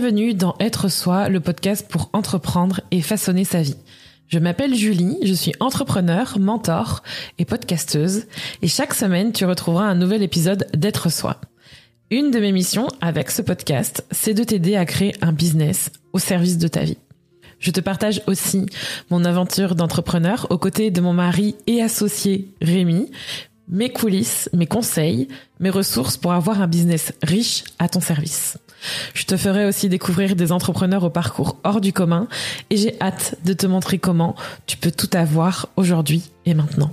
Bienvenue dans Être Soi, le podcast pour entreprendre et façonner sa vie. Je m'appelle Julie, je suis entrepreneur, mentor et podcasteuse et chaque semaine tu retrouveras un nouvel épisode d'Être Soi. Une de mes missions avec ce podcast, c'est de t'aider à créer un business au service de ta vie. Je te partage aussi mon aventure d'entrepreneur aux côtés de mon mari et associé Rémi, mes coulisses, mes conseils, mes ressources pour avoir un business riche à ton service. Je te ferai aussi découvrir des entrepreneurs au parcours hors du commun et j'ai hâte de te montrer comment tu peux tout avoir aujourd'hui et maintenant.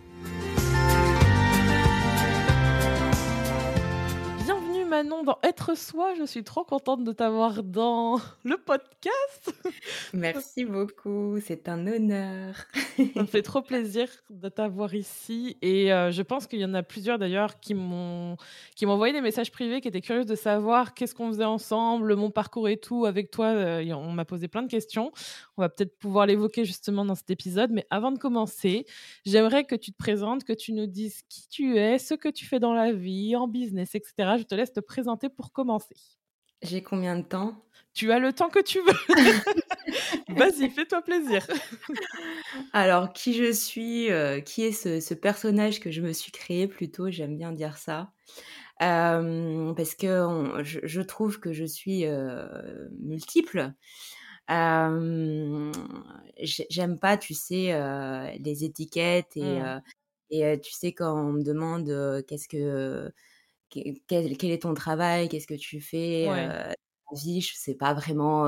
Bienvenue Manon dans Être Soi, je suis trop contente de t'avoir dans le podcast. Merci beaucoup, c'est un honneur. Ça me fait trop plaisir de t'avoir ici et je pense qu'il y en a plusieurs d'ailleurs qui m'ont envoyé des messages privés, qui étaient curieux de savoir qu'est-ce qu'on faisait ensemble, mon parcours et tout avec toi, et on m'a posé plein de questions. On va peut-être pouvoir l'évoquer justement dans cet épisode, mais avant de commencer, j'aimerais que tu te présentes, que tu nous dises qui tu es, ce que tu fais dans la vie, en business, et cetera. Je te laisse te présenter pour commencer. J'ai combien de temps? Tu as le temps que tu veux. Vas-y, fais-toi plaisir. Alors qui je suis, qui est ce personnage que je me suis créé plutôt, j'aime bien dire ça. Parce que je trouve que je suis, multiple. Hem, j'aime pas, tu sais, les étiquettes Mmh. et tu sais quand on me demande, qu'est-ce que quel est ton travail? Qu'est-ce que tu fais, Ouais. dans la vie? Je sais pas vraiment,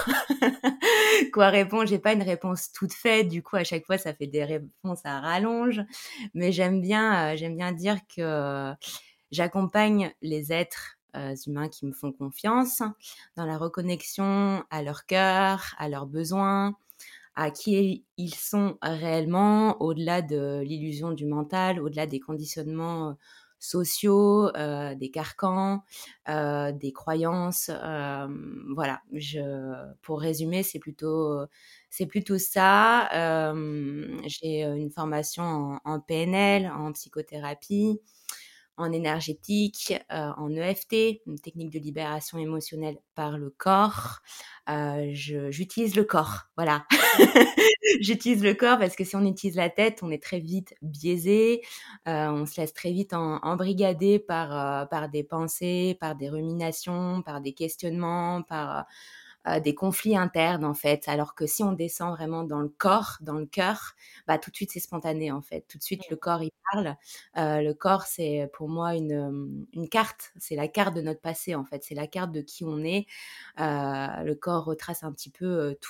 quoi répondre. J'ai pas une réponse toute faite. Du coup, à chaque fois, ça fait des réponses à rallonge. Mais j'aime bien dire que j'accompagne les êtres, humains qui me font confiance dans la reconnexion à leur cœur, à leurs besoins, à qui ils sont réellement, au-delà de l'illusion du mental, au-delà des conditionnements, sociaux, des carcans, des croyances, voilà. Pour résumer, c'est plutôt ça. J'ai, une formation en PNL, en psychothérapie, en énergétique, en EFT, une technique de libération émotionnelle par le corps. J'utilise le corps, voilà. J'utilise le corps parce que si on utilise la tête, on est très vite biaisé, on se laisse très vite embrigader par des pensées, par des ruminations, par des questionnements, par, des conflits internes, en fait. Alors que si on descend vraiment dans le corps, dans le cœur, bah, tout de suite, c'est spontané, en fait. Tout de suite, le corps, il parle. Le corps, c'est pour moi une carte. C'est la carte de notre passé, en fait. C'est la carte de qui on est. Le corps retrace un petit peu,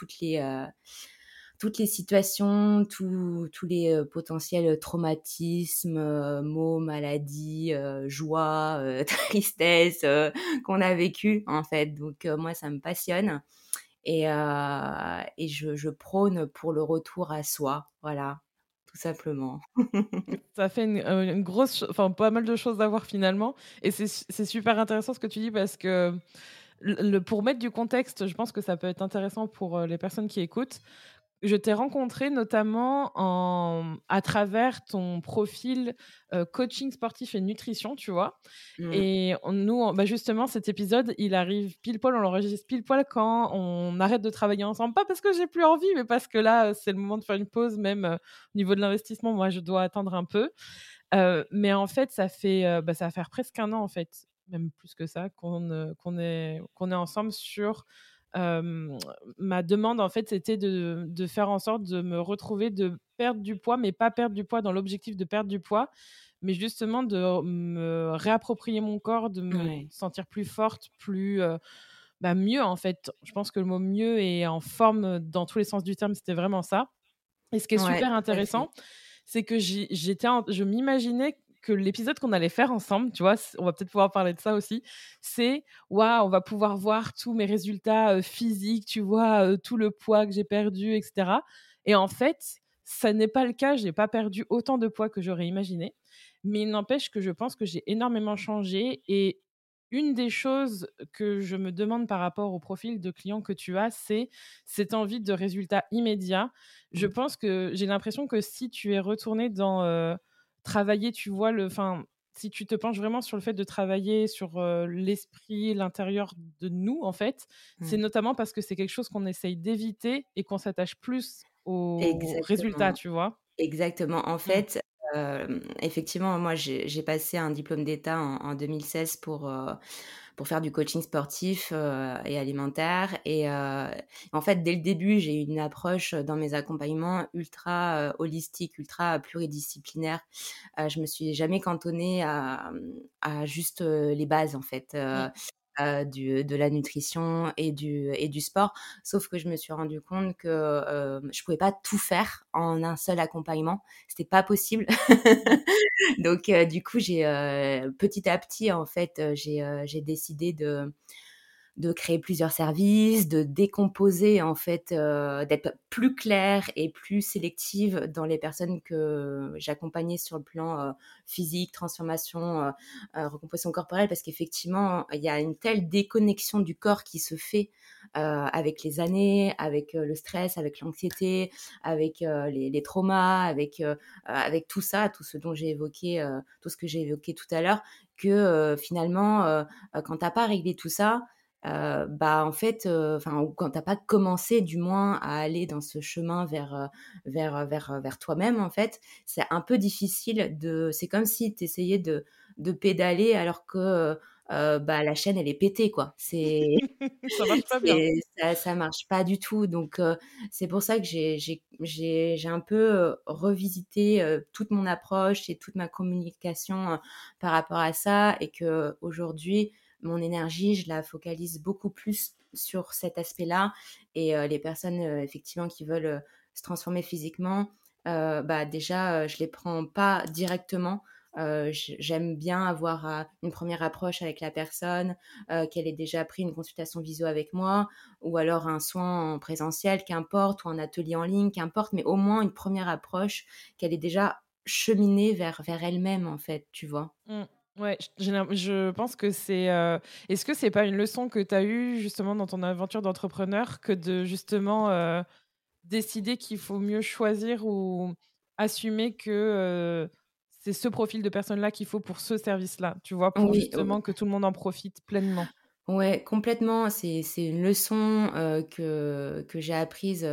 toutes les situations, tous les, potentiels traumatismes, maux, maladies, joie, tristesse, qu'on a vécu, en fait. Donc moi, ça me passionne et je prône pour le retour à soi, voilà, tout simplement. Ça fait une grosse ch enfin, pas mal de choses à voir finalement et c'est super intéressant ce que tu dis parce que pour mettre du contexte, je pense que ça peut être intéressant pour, les personnes qui écoutent. Je t'ai rencontré notamment à travers ton profil, coaching sportif et nutrition, tu vois? Mmh. Et bah, justement, cet épisode, il arrive pile poil, on l'enregistre pile poil quand on arrête de travailler ensemble. Pas parce que j'ai plus envie, mais parce que là, c'est le moment de faire une pause, même, au niveau de l'investissement, moi, je dois attendre un peu. Mais en fait, bah, ça va faire presque un an, en fait, même plus que ça, qu'on est ensemble sur, hem, ma demande, en fait, c'était de faire en sorte de me retrouver, de perdre du poids, mais pas perdre du poids dans l'objectif de perdre du poids, mais justement de me réapproprier mon corps, de me Ouais. sentir plus forte, plus, bah, mieux, en fait. Je pense que le mot mieux et en forme, dans tous les sens du terme, c'était vraiment ça. Et ce qui est Ouais, super tout à fait. intéressant, c'est que je m'imaginais que l'épisode qu'on allait faire ensemble, tu vois? On va peut-être pouvoir parler de ça aussi. C'est: «Waouh, on va pouvoir voir tous mes résultats, physiques, tu vois? Tout le poids que j'ai perdu et cetera» et en fait, ça n'est pas le cas. J'ai pas perdu autant de poids que j'aurais imaginé. Mais il n'empêche que je pense que j'ai énormément changé et une des choses que je me demande par rapport au profil de client que tu as, c'est cette envie de résultats immédiats. Je Mmh. pense que j'ai l'impression que si tu es retourné dans, travailler, tu vois, si tu te penches vraiment sur le fait de travailler sur, l'esprit, l'intérieur de nous, en fait, c'est Mmh. notamment parce que c'est quelque chose qu'on essaye d'éviter et qu'on s'attache plus aux résultats, Exactement. tu vois? Exactement. En Mmh. fait, effectivement, moi, j'ai passé un diplôme d'État en 2016 pour faire du coaching sportif, et alimentaire et en fait, dès le début, j'ai eu une approche, dans mes accompagnements ultra, holistique, ultra pluridisciplinaire. Je me suis jamais cantonnée à juste, les bases, en fait, Mmh. de la nutrition et du sport. Sauf que je me suis rendu compte que, je pouvais pas tout faire en un seul accompagnement. C'était pas possible. Mmh. Donc du coup, petit à petit, en fait, j'ai décidé de créer plusieurs services, de décomposer en fait, d'être plus claire et plus sélective dans les personnes que j'accompagnais sur le plan, physique, transformation, recomposition corporelle. Parce qu'effectivement, il y a une telle déconnexion du corps qui se fait, avec les années, avec, le stress, avec l'anxiété, avec, les traumas, avec tout ça, tout ce dont j'ai évoqué, tout ce que j'ai évoqué tout à l'heure, que, finalement, quand tu as pas réglé tout ça, bah, en fait, enfin, ou quand tu as pas commencé du moins à aller dans ce chemin vers toi-même, en fait, c'est un peu difficile c'est comme si tu essayais de pédaler alors que, bah, la chaîne, elle est pétée, quoi. Ça marche pas bien. Ça marche pas du tout. Donc c'est pour ça que j'ai un peu, revisité, toute mon approche et toute ma communication, par rapport à ça, et qu'aujourd'hui, mon énergie, je la focalise beaucoup plus sur cet aspect-là. Et les personnes, effectivement, qui veulent, se transformer physiquement, bah, déjà, je les prends pas directement. J'aime bien avoir, une première approche avec la personne, qu'elle ait déjà pris une consultation visio avec moi, ou alors un soin en présentiel, qu'importe, ou un atelier en ligne, qu'importe, mais au moins une première approche, qu'elle ait déjà cheminé vers elle-même, en fait, tu vois? Mmh. Ouais, je pense que c'est, est-ce que c'est pas une leçon que tu as eue justement dans ton aventure d'entrepreneur que de justement, décider qu'il faut mieux choisir ou assumer que, c'est ce profil de personne-là qu'il faut pour ce service-là, tu vois? Pour Oui. justement que tout le monde en profite pleinement. Ouais, complètement. C'est une leçon, que j'ai apprise,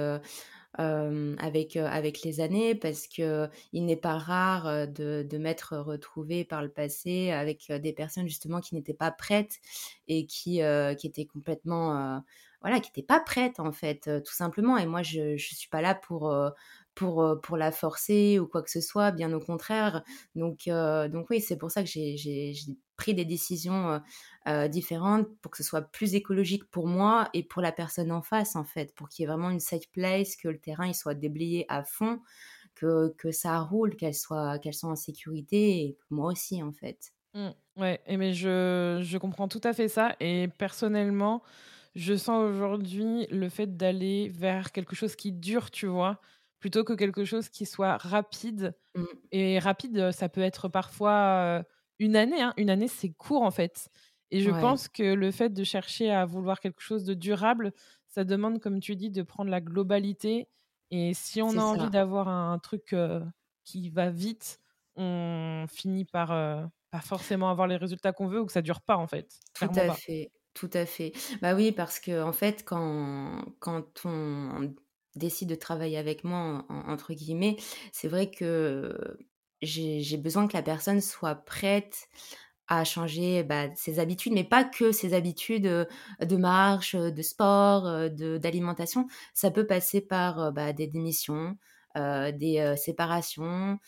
avec les années, parce qu'il n'est pas rare, de m'être retrouvée par le passé avec, des personnes justement qui n'étaient pas prêtes, et qui étaient complètement, voilà, qui étaient pas prêtes, en fait, tout simplement. Et moi, je suis pas là pour la forcer ou quoi que ce soit, bien au contraire. Donc oui, c'est pour ça que j'ai pris des décisions, différentes, pour que ce soit plus écologique pour moi et pour la personne en face, en fait, pour qu'il y ait vraiment une safe place, que le terrain il soit déblayé à fond, que ça roule, qu'elle soit en sécurité, et moi aussi, en fait. Mmh. Ouais et mais je comprends tout à fait ça et personnellement, je sens aujourd'hui le fait d'aller vers quelque chose qui dure, tu vois? Plutôt que quelque chose qui soit rapide Mmh. et rapide, ça peut être parfois, 1 année, hein. 1 année, c'est court, en fait et je Ouais, pense que le fait de chercher à vouloir quelque chose de durable, ça demande, comme tu dis, de prendre la globalité et si on c'est a envie ça. d'avoir un truc, qui va vite, on finit par, pas forcément avoir les résultats qu'on veut ou que ça dure pas, en fait. Tout Clairement à pas. fait, tout à fait. Bah oui, parce que en fait, quand on décide de travailler avec moi, entre guillemets, c'est vrai que j'ai besoin que la personne soit prête à changer, bah, ses habitudes, mais pas que ses habitudes, de marche, de sport, d'alimentation. Ça peut passer par, bah, des démissions, des, séparations,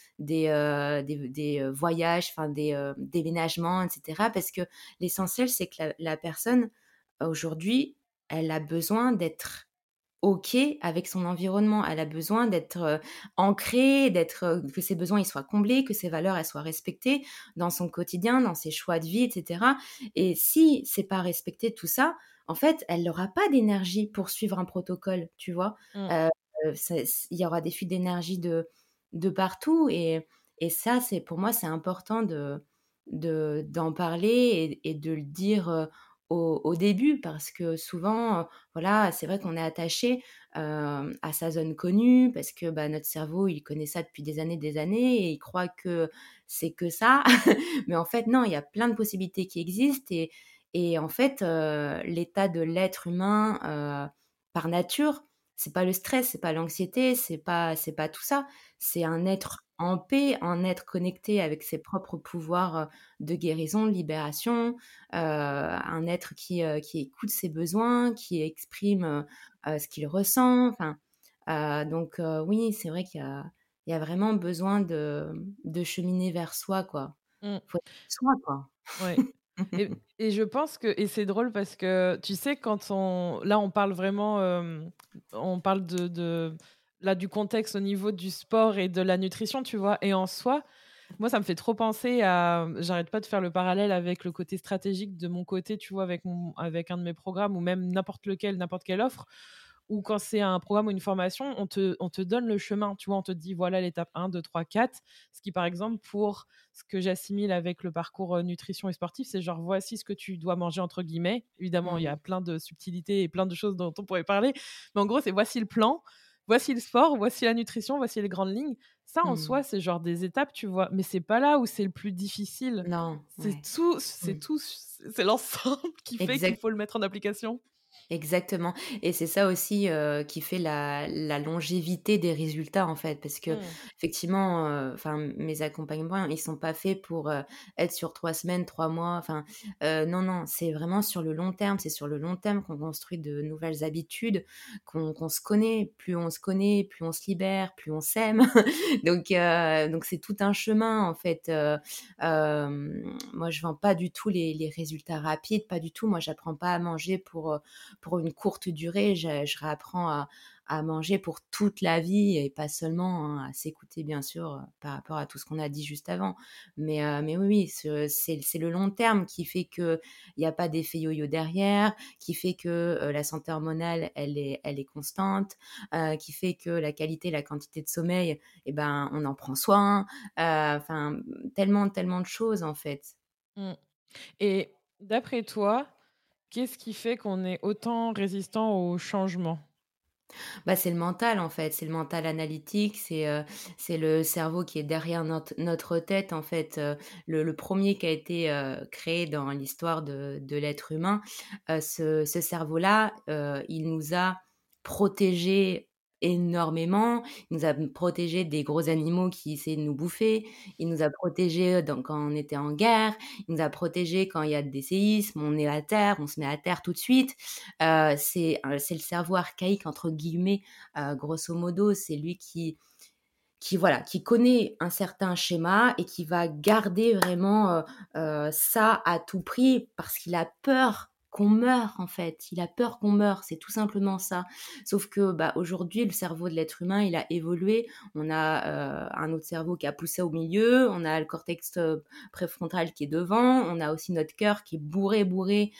des voyages, enfin des, déménagements, et cetera. Parce que l'essentiel, c'est que la personne, aujourd'hui, elle a besoin d'être OK avec son environnement. Elle a besoin d'être, ancrée, que ses besoins, ils soient comblés, que ses valeurs, elles soient respectées dans son quotidien, dans ses choix de vie, et cetera. Et si c'est pas respecté tout ça, en fait, elle n'aura pas d'énergie pour suivre un protocole, tu vois? Mmh. Heu, il y aura des fuites d'énergie de partout, et ça, c'est pour moi, c'est important d'en parler et de le dire, au début parce que souvent, voilà, c'est vrai qu'on est attaché, à sa zone connue parce que, bah, notre cerveau, il connaît ça depuis des années et il croit que c'est que ça. Mais en fait, non, il y a plein de possibilités qui existent et en fait, l'état de l'être humain, par nature, c'est pas le stress, c'est pas l'anxiété, c'est pas tout ça. C'est un être en paix, un être connecté avec ses propres pouvoirs, de guérison, de libération, un être qui écoute ses besoins, qui exprime, ce qu'il ressent, enfin, donc oui, c'est vrai qu'il y a vraiment besoin de cheminer vers soi, quoi. Mmh. Faut être soi, quoi. Ouais. Et je pense que et c'est drôle parce que, tu sais, quand on parle vraiment, on parle de là, du contexte au niveau du sport et de la nutrition, tu vois? Et en soi, moi, ça me fait trop penser à j'arrête pas de faire le parallèle avec le côté stratégique de mon côté, tu vois? Avec un de mes programmes ou même n'importe quelle offre, ou quand c'est un programme ou une formation, on te donne le chemin, tu vois? On te dit: «Voilà l'étape 1, 2, 3, 4». Ce qui, par exemple, pour ce que j'assimile avec le parcours, nutrition et sportif, c'est genre: «Voici ce que tu dois manger» entre guillemets. Évidemment, il y a Mmh. plein de subtilités et plein de choses dont on pourrait parler, mais en gros, c'est voici le plan, voici le sport, voici la nutrition, voici les grandes lignes. Ça, en Mmh. soi, c'est genre des étapes, tu vois? Mais c'est pas là où c'est le plus difficile. Non, ouais. C'est Mmh. tout, c'est l'ensemble qui fait qu'il Exact. faut le mettre en application. Exactement et c'est ça aussi, qui fait la longévité des résultats, en fait. Parce que Mmh. effectivement, enfin, mes accompagnements, ils sont pas faits pour, être sur 3 semaines, 3 mois, enfin, non, non, c'est vraiment sur le long terme. C'est sur le long terme qu'on construit de nouvelles habitudes, qu'on se connaît. Plus on se connaît, plus on se libère, plus on s'aime. Donc c'est tout un chemin, en fait, moi, je vends pas du tout les résultats rapides, pas du tout. Moi, j'apprends pas à manger pour une courte durée, je réapprends à manger pour toute la vie et pas seulement, hein, à s'écouter bien sûr, par rapport à tout ce qu'on a dit juste avant. Mais oui, oui, c'est le long terme qui fait qu'il y a pas d'effet yo-yo derrière, qui fait que, la santé hormonale, elle est constante, qui fait que la qualité, la quantité de sommeil et ben, on en prend soin, enfin, tellement, tellement de choses en fait. Mmh. Et d'après toi, qu'est-ce qui fait qu'on est autant résistant au changement? Bah, c'est le mental, en fait, c'est le mental analytique, c'est le cerveau qui est derrière notre tête, en fait, le 1 qui a été, créé dans l'histoire de l'être humain. Ce cerveau-là, il nous a protégés énormément. Il nous a protégés des gros animaux qui essayaient de nous bouffer. Il nous a protégés quand on était en guerre. Il nous a protégés quand il y a des séismes, on est à terre, on se met à terre tout de suite. C'est le cerveau «archaïque» entre guillemets, grosso modo, c'est lui qui voilà, qui connaît un certain schéma et qui va garder vraiment, ça à tout prix parce qu'il a peur qu'on meure, en fait. Il a peur qu'on meure, c'est tout simplement ça. Sauf que, bah, aujourd'hui, le cerveau de l'être humain, il a évolué. On a, un autre cerveau qui a poussé au milieu, on a le cortex, préfrontal qui est devant, on a aussi notre cœur qui est bourré, bourré,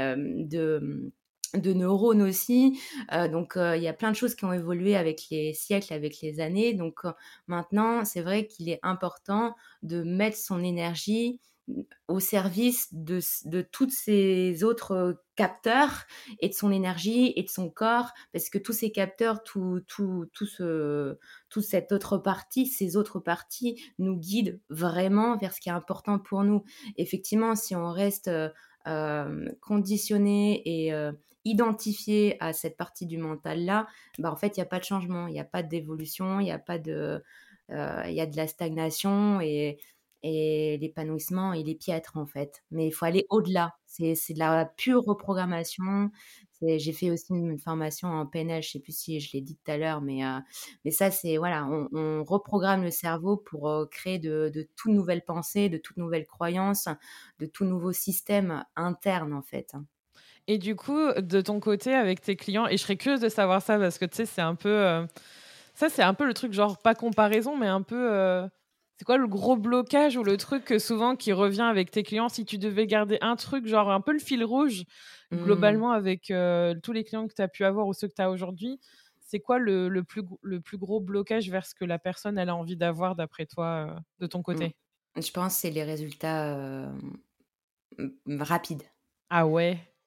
de neurones aussi. Donc il y a plein de choses qui ont évolué avec les siècles, avec les années. Donc maintenant, c'est vrai qu'il est important de mettre son énergie, au service de toutes ces autres, capteurs et de son énergie et de son corps. Parce que tous ces capteurs, toute cette autre partie, ces autres parties nous guident vraiment vers ce qui est important pour nous. Effectivement, si on reste, conditionné et identifié à cette partie du mental-là, bah, en fait, il y a pas de changement, il y a pas d'évolution, il y a pas de, il y a de la stagnation et l'épanouissement, il est piètre, en fait. Mais il faut aller au-delà. C'est de la pure reprogrammation. J'ai fait aussi une formation en PNL, je sais plus si je l'ai dit tout à l'heure, mais ça, c'est voilà, on reprogramme le cerveau pour, créer de toutes nouvelles pensées, de toutes nouvelles croyances, de tout nouveaux systèmes internes, en fait, hein. Et du coup, de ton côté, avec tes clients, et je serais curieuse de savoir ça parce que tu sais, c'est un peu, ça, c'est un peu le truc, genre, pas comparaison, mais un peu, c'est quoi le gros blocage ou le truc que souvent qui revient avec tes clients? Si tu devais garder un truc, genre un peu le fil rouge, Mmh. globalement avec, tous les clients que tu as pu avoir ou ceux que tu as aujourd'hui, c'est quoi le plus gros blocage vers ce que la personne, elle a envie d'avoir d'après toi, de ton Mmh. côté? Je pense que c'est les résultats, rapides. Ah ouais?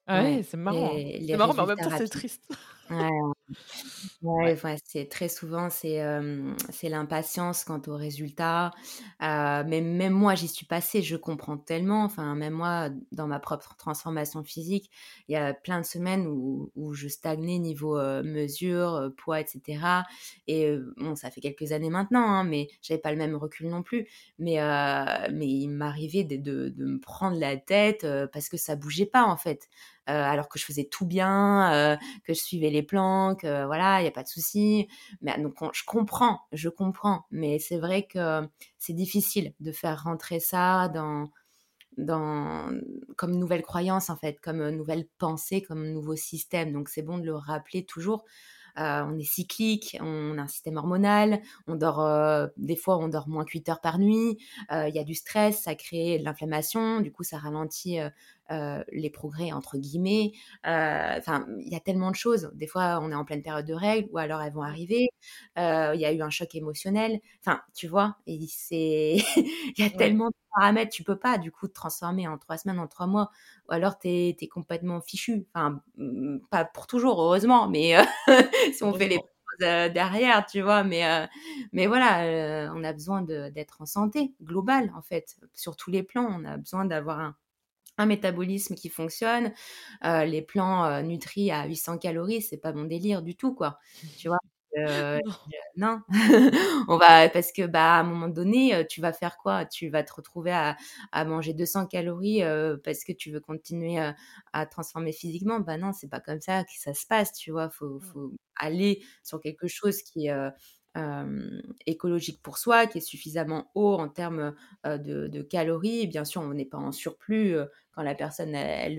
Ah ouais, Ouais, c'est marrant, hein. les C'est marrant, mais en même résultats temps, c'est rapides. triste. Ouais. Ouais, Ouais. enfin, c'est très souvent, c'est l'impatience quant aux résultats, mais même moi, j'y suis passée, je comprends tellement. Enfin, même moi, dans ma propre transformation physique, il y a plein de semaines où je stagnais niveau, mesure, poids et cetera et bon, ça fait quelques années maintenant, hein, mais j'avais pas le même recul non plus. Mais il m'arrivait de me prendre la tête, parce que ça bougeait pas, en fait, alors que je faisais tout bien, que je suivais les plans, que voilà, il y a pas de souci. Mais donc je comprends, mais c'est vrai que c'est difficile de faire rentrer ça dans comme nouvelle croyance en fait, comme, nouvelle pensée, comme nouveau système. Donc c'est bon de le rappeler toujours. On est cyclique, on a un système hormonal, on dort, des fois on dort moins que 8 heures par nuit, il y a du stress, ça crée de l'inflammation, du coup ça ralentit, «les progrès» entre guillemets. Enfin, il y a tellement de choses. Des fois, on est en pleine période de règles ou alors elles vont Mmh. arriver, il y a eu un choc émotionnel. Enfin, tu vois? Et c'est il y a Ouais. tellement de paramètres, tu peux pas du coup te transformer en 3 semaines, en 3 mois ou alors tu es complètement fichu. Enfin, pas pour toujours heureusement, mais si on fait les Heureusement. choses, derrière, tu vois? Mais voilà, on a besoin d'être en santé globale, en fait, sur tous les plans. On a besoin d'avoir un métabolisme qui fonctionne. Les plans, nutri à 800 calories, c'est pas mon délire du tout, quoi. Tu vois? Heu, Non. non. On va parce que, bah, à un moment donné, tu vas faire quoi? Tu vas te retrouver à manger 200 calories, parce que tu veux continuer, à te transformer physiquement. Bah, non, c'est pas comme ça que ça se passe, tu vois? Mmh. Faut aller sur quelque chose qui est, écologique pour soi, qui est suffisamment haut en termes, de calories. Bien sûr, on n'est pas en surplus, quand la personne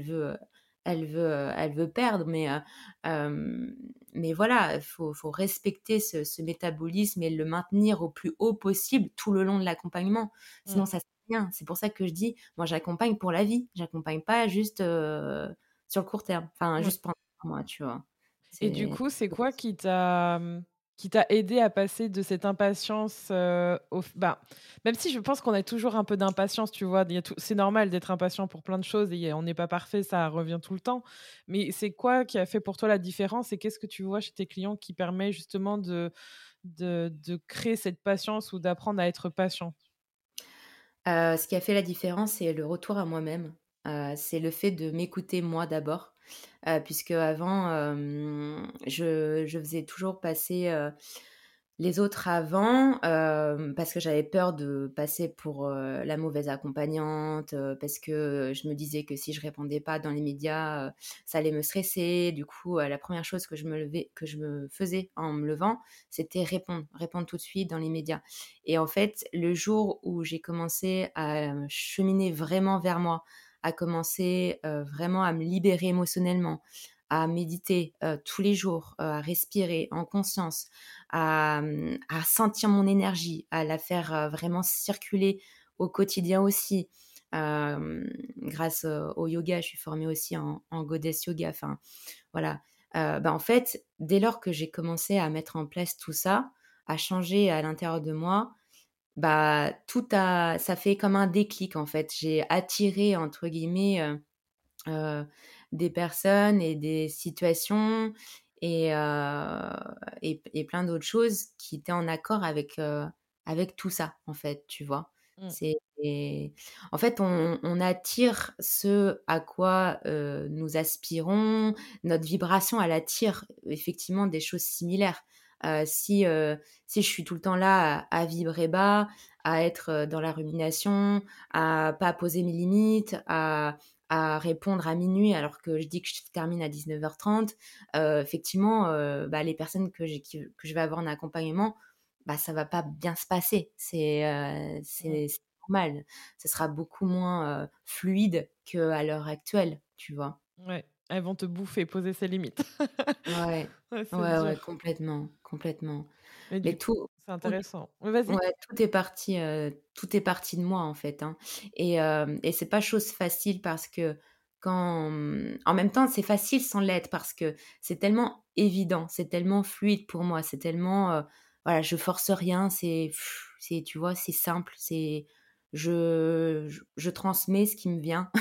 elle veut perdre, mais voilà, faut respecter ce métabolisme et le maintenir au plus haut possible tout le long de l'accompagnement. Mmh. Sinon ça sert à rien. C'est pour ça que je dis, moi j'accompagne pour la vie. J'accompagne pas juste, sur le court terme, enfin Ouais. juste pendant un mois, tu vois? Et du C'est coup, c'est quoi qui t'a aidé à passer de cette impatience, au f bah, même si je pense qu'on a toujours un peu d'impatience, tu vois? Il y a tout c'est normal d'être impatient pour plein de choses et on n'est pas parfait, ça revient tout le temps. Mais c'est quoi qui a fait pour toi la différence et qu'est-ce que tu vois chez tes clients qui permet justement de créer cette patience ou d'apprendre à être patient? Ce qui a fait la différence, c'est le retour à moi-même. C'est le fait de m'écouter moi d'abord, puisque avant, je faisais toujours passer, les autres avant, parce que j'avais peur de passer pour, la mauvaise accompagnante, parce que je me disais que si je répondais pas dans les médias, ça allait me stresser. Du coup, la première chose que je me faisais en me levant, c'était répondre tout de suite dans les médias et en fait, le jour où j'ai commencé à cheminer vraiment vers moi, à commencer, vraiment à me libérer émotionnellement, à méditer, tous les jours, à respirer en conscience, à sentir mon énergie, à la faire, vraiment circuler au quotidien aussi. Grâce, au yoga, je suis formée aussi en Goddess Yoga, enfin voilà. Bah, en fait, dès lors que j'ai commencé à mettre en place tout ça, à changer à l'intérieur de moi, bah, tout a ça fait comme un déclic en fait. J'ai «attiré» entre guillemets, heu, des personnes et des situations et et plein d'autres choses qui étaient en accord avec tout ça, en fait, tu vois? Mmh. C'est et en fait, on attire ce à quoi, nous aspirons. Notre vibration, elle attire effectivement des choses similaires. Si je suis tout le temps là à vibrer bas, à être, dans la rumination, à pas poser mes limites, à répondre à minuit alors que je dis que je termine à 19h30. Effectivement, bah, les personnes que je vais avoir en accompagnement, bah, ça va pas bien se passer. Mmh. C'est normal. Ce sera beaucoup moins, fluide qu'à l'heure actuelle, tu vois? Ouais, elles vont te bouffer, poser ses limites. Ouais. Ouais, c'est Ouais, ouais, dur. complètement, complètement. Mais Mais du c'est tout intéressant. Ouais, vas-y. ouais, tout est parti de moi, en fait, hein et c'est pas chose facile parce que quand, en même temps, c'est facile sans l'être parce que c'est tellement évident, c'est tellement fluide pour moi, c'est tellement, voilà, je force rien, c'est tu vois, c'est simple, je transmets ce qui me vient.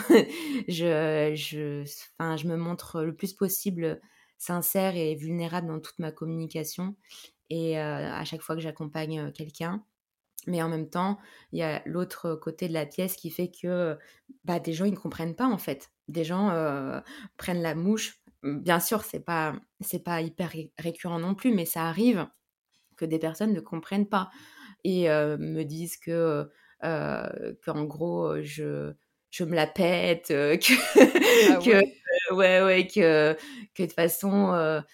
Je me montre le plus possible sincère et vulnérable dans toute ma communication et à chaque fois que j'accompagne, quelqu'un. Mais en même temps, il y a l'autre côté de la pièce qui fait que, bah, des gens, ils ne comprennent pas, en fait. Des gens, prennent la mouche. Bien sûr, c'est pas hyper récurrent non plus, mais ça arrive que des personnes ne comprennent pas et me disent qu'en gros, je me la pète, Ah que ouais? ouais, ouais, que de toute façon,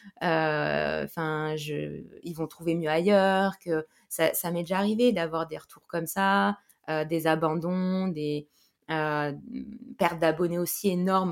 enfin, ils vont trouver mieux ailleurs, que ça m'est déjà arrivé d'avoir des retours comme ça, des abandons, des, pertes d'abonnés aussi énormes,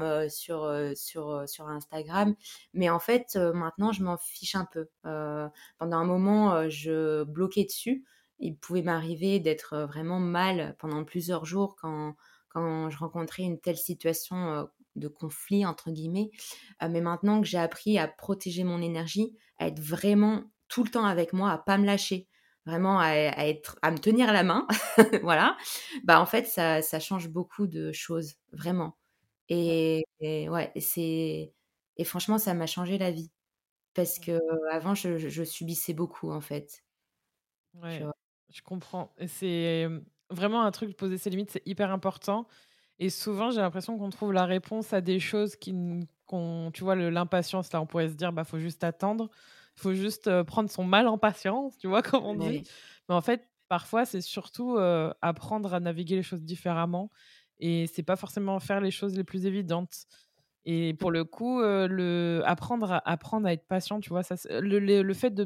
sur Instagram. Mais en fait, maintenant, je m'en fiche un peu. Pendant un moment, je bloquais dessus. Il pouvait m'arriver d'être, vraiment mal pendant plusieurs jours quand je rencontrais une telle situation, de «conflit» entre guillemets. Mais maintenant que j'ai appris à protéger mon énergie, à être vraiment tout le temps avec moi, à pas me lâcher, vraiment à me tenir la main, voilà. Bah, en fait, ça change beaucoup de choses, vraiment. Et ouais, et franchement, ça m'a changé la vie parce Mmh. qu'avant je subissais beaucoup, en fait, tu Ouais, vois? je comprends et c'est, vraiment un truc, poser ses limites, c'est hyper important et souvent, j'ai l'impression qu'on trouve la réponse à des choses qui n qu'on tu vois, l'impatience, là, on pourrait se dire: «Bah, faut juste attendre, faut juste, prendre son mal en patience», tu vois, comme on dit. Ouais. Mais en fait, parfois, c'est surtout, apprendre à naviguer les choses différemment et c'est pas forcément faire les choses les plus évidentes et pour le coup, apprendre à être patient, tu vois, ça c'est le fait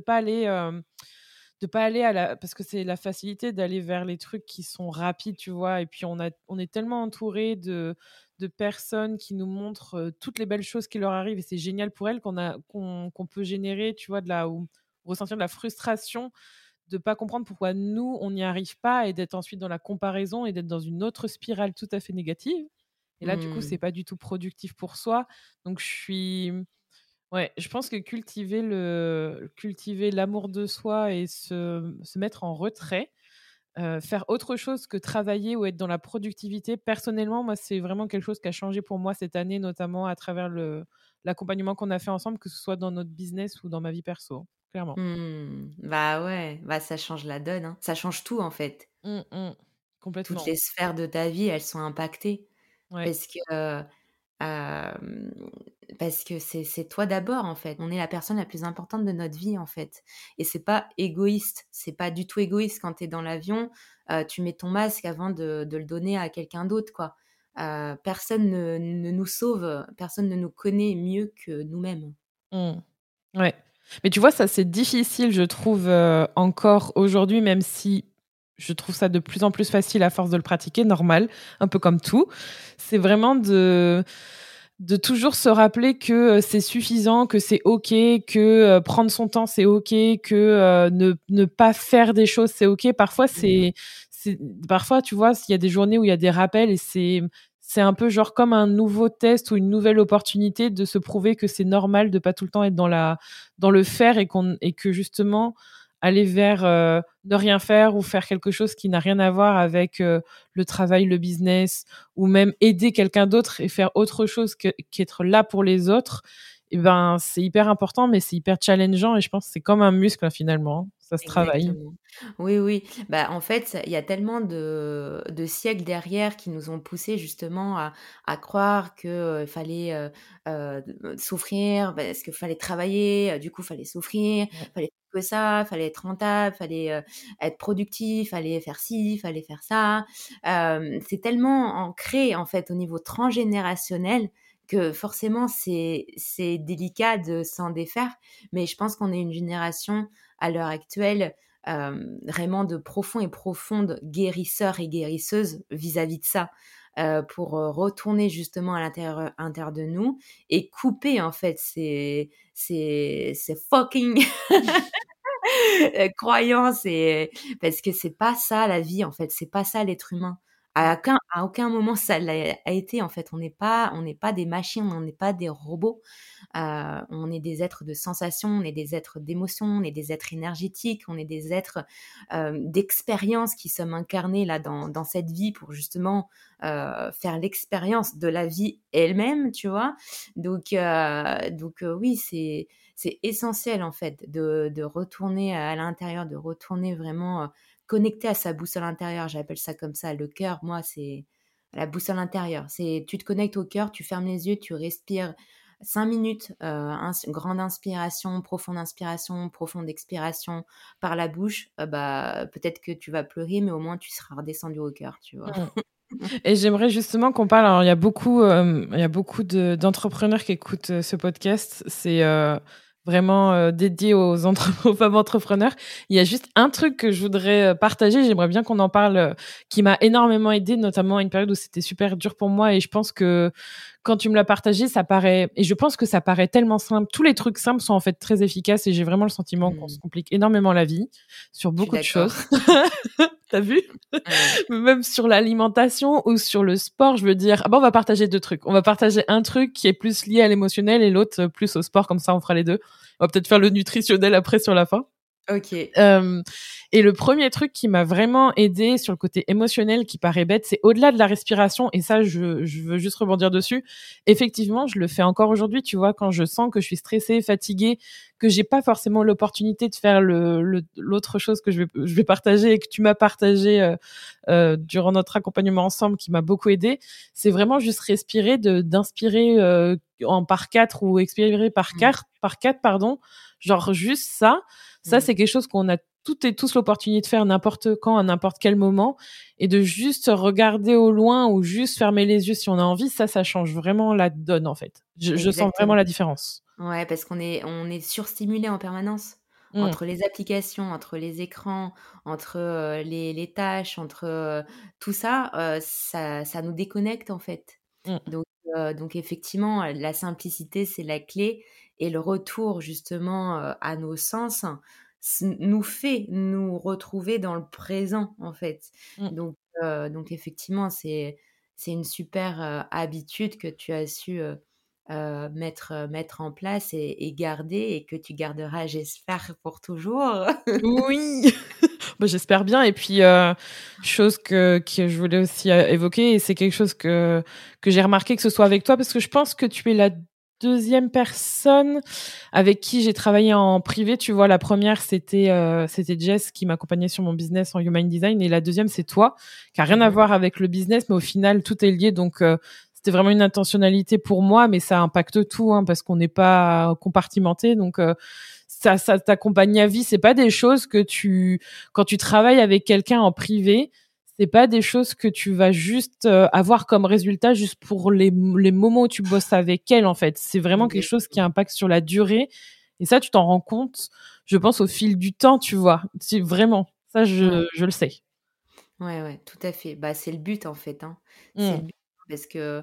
de pas aller à la parce que c'est la facilité d'aller vers les trucs qui sont rapides, tu vois? Et puis on est tellement entouré de personnes qui nous montrent, toutes les belles choses qui leur arrivent et c'est génial pour elles qu'on peut générer, tu vois, de la ou ressentir de la frustration de pas comprendre pourquoi nous, on n'y arrive pas et d'être ensuite dans la comparaison et d'être dans une autre spirale tout à fait négative et là, du coup, c'est Mmh. pas du tout productif pour soi. Donc je suis Ouais, je pense que cultiver l'amour de soi et se mettre en retrait, faire autre chose que travailler ou être dans la productivité, personnellement, moi, c'est vraiment quelque chose qui a changé pour moi cette année, notamment à travers l'accompagnement qu'on a fait ensemble, que ce soit dans notre business ou dans ma vie perso, clairement. Mmh. Bah, ouais, bah, ça change la donne, hein. Ça change tout, en fait. Mmh mh. Toutes Complètement. les sphères de ta vie, elles sont impactées Ouais. parce que, hem, parce que c'est toi d'abord, en fait. On est la personne la plus importante de notre vie, en fait et c'est pas égoïste. C'est pas du tout égoïste quand tu es dans l'avion, tu mets ton masque avant de le donner à quelqu'un d'autre, quoi. Personne ne nous sauve, personne ne nous connaît mieux que nous-mêmes. Mmh. Ouais. Mais tu vois, ça, c'est difficile, je trouve, encore aujourd'hui, même si je trouve ça de plus en plus facile à force de le pratiquer, normal, un peu comme tout. C'est vraiment de toujours se rappeler que, c'est suffisant, que c'est OK, que, prendre son temps, c'est OK, que, ne pas faire des choses, c'est OK. C'est parfois, tu vois, s'il y a des journées où il y a des rappels et c'est un peu genre comme un nouveau test ou une nouvelle opportunité de se prouver que c'est normal de pas tout le temps être dans le faire et que justement aller vers, ne rien faire ou faire quelque chose qui n'a rien à voir avec, le travail, le business ou même aider quelqu'un d'autre et faire autre chose qu'être là pour les autres et ben, c'est hyper important, mais c'est hyper challengeant et je pense que c'est comme un muscle, hein, finalement, hein. Ça se travaille. Exactement. Oui, oui. Bah, en fait, il y a tellement de siècles derrière qui nous ont poussés justement à croire que, fallait, souffrir parce qu'il fallait travailler, du coup, fallait souffrir, Ouais. fallait que ça, fallait être rentable, fallait, être productif, fallait faire ci, fallait faire ça. C'est tellement ancré, en fait, au niveau transgénérationnel que forcément c'est délicat de s'en défaire. Mais je pense qu'on est une génération à l'heure actuelle, vraiment de profonds et profondes guérisseurs et guérisseuses vis-à-vis de ça, pour, retourner justement à intérieur de nous et couper en fait ces fucking croyances et parce que c'est pas ça la vie en fait, c'est pas ça l'être humain. À aucun moment ça a été, en fait. On n'est pas des machines, on n'est pas des robots. On est des êtres de sensations, on est des êtres d'émotions, on est des êtres énergétiques, on est des êtres, d'expérience qui sommes incarnés là dans cette vie pour justement, faire l'expérience de la vie elle-même, tu vois? Donc oui, c'est essentiel en fait de retourner à l'intérieur, de retourner vraiment, connecter à sa boussole intérieure. J'appelle ça comme ça. Le cœur, moi, c'est la boussole intérieure. C'est tu te connectes au cœur, tu fermes les yeux, tu respires 5 minutes, grande inspiration, profonde expiration par la bouche, bah, peut-être que tu vas pleurer, mais au moins tu seras redescendu au cœur, tu vois? Mmh. Et j'aimerais justement qu'on parle, alors il y a beaucoup d'entrepreneurs qui écoutent ce podcast. C'est vraiment dédié aux femmes entrepreneurs. Il y a juste un truc que je voudrais partager, j'aimerais bien qu'on en parle, qui m'a énormément aidée, notamment à une période où c'était super dur pour moi. Et je pense que quand tu me l'as partagé, ça paraît, et je pense que ça paraît tellement simple. Tous les trucs simples sont en fait très efficaces et j'ai vraiment le sentiment qu'on se Mmh. complique énormément la vie sur Je suis beaucoup de d'accord. choses. T'as vu? Ouais. Même sur l'alimentation ou sur le sport, je veux dire, ah bah, on va partager 2 trucs. On va partager un truc qui est plus lié à l'émotionnel et l'autre plus au sport, comme ça on fera les 2. On va peut-être faire le nutritionnel après sur la fin. OK. Hem Et le premier truc qui m'a vraiment aidée sur le côté émotionnel, qui paraît bête, c'est au-delà de la respiration, et ça je veux juste rebondir dessus. Effectivement, je le fais encore aujourd'hui, tu vois? Quand je sens que je suis stressée, fatiguée, que j'ai pas forcément l'opportunité de faire l'autre chose que je vais partager et que tu m'as partagé, durant notre accompagnement ensemble, qui m'a beaucoup aidée. C'est vraiment juste respirer, d'inspirer, en par 4 ou expirer Mmh. par 4, pardon. Genre juste ça. Ça, Mmh. c'est quelque chose qu'on a toutes et tous l'opportunité de faire n'importe quand, à n'importe quel moment, et de juste regarder au loin ou juste fermer les yeux si on a envie, ça change vraiment la donne, en fait. Je sens vraiment Exactement. la différence. Ouais, parce qu'on est surstimulé en permanence. Mmh, Entre les applications, entre les écrans, entre, les tâches, entre, tout ça, ça nous déconnecte, en fait. mmh, Donc effectivement, la simplicité, c'est la clé, et le retour justement, à nos sens nous fait nous retrouver dans le présent, en fait. mmh. Donc effectivement, c'est une super, habitude que tu as su, mettre en place et garder, et que tu garderas, j'espère, pour toujours. Oui! Bah, j'espère bien, et puis, chose que je voulais aussi, évoquer, et c'est quelque chose que j'ai remarqué, que ce soit avec toi, parce que je pense que tu es la deuxième personne avec qui j'ai travaillé en privé, tu vois? La première c'était Jess qui m'accompagnait sur mon business en human design, et la deuxième c'est toi, qui a rien à Mmh. voir avec le business, mais au final tout est lié, donc c'était vraiment une intentionnalité pour moi, mais ça impacte tout, hein, parce qu'on n'est pas compartimenté, donc ça t'accompagne à vie. C'est pas des choses que quand tu travailles avec quelqu'un en privé, c'est pas des choses que tu vas juste avoir comme résultat juste pour les moments où tu bosses avec elle, en fait. C'est vraiment quelque chose qui Exactement. impacte sur la durée. Et ça, tu t'en rends compte, je pense, au fil du temps, tu vois. C'est vraiment. Ça, Ouais. je le sais. Ouais, ouais, tout à fait. Bah, c'est le but, en fait, hein. C'est Mmh. le but, parce que,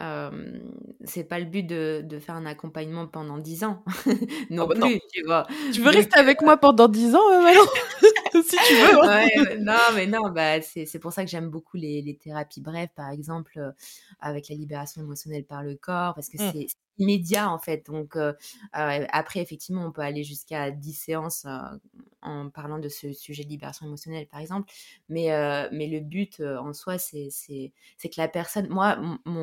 c'est pas le but de faire un accompagnement pendant 10 ans Ah non bah non. plus, tu vois? Tu veux Donc rester avec moi pendant 10 ans, Manon? Si tu veux, hein. ouais, non, mais non, bah, c'est pour ça que j'aime beaucoup les thérapies brèves, par exemple, avec la libération émotionnelle par le corps, parce que Mmh. c'est immédiat, en fait. Après, effectivement, on peut aller jusqu'à 10 séances, en parlant de ce sujet de libération émotionnelle, par exemple. Mais le but, en soi, c'est que la personne, moi,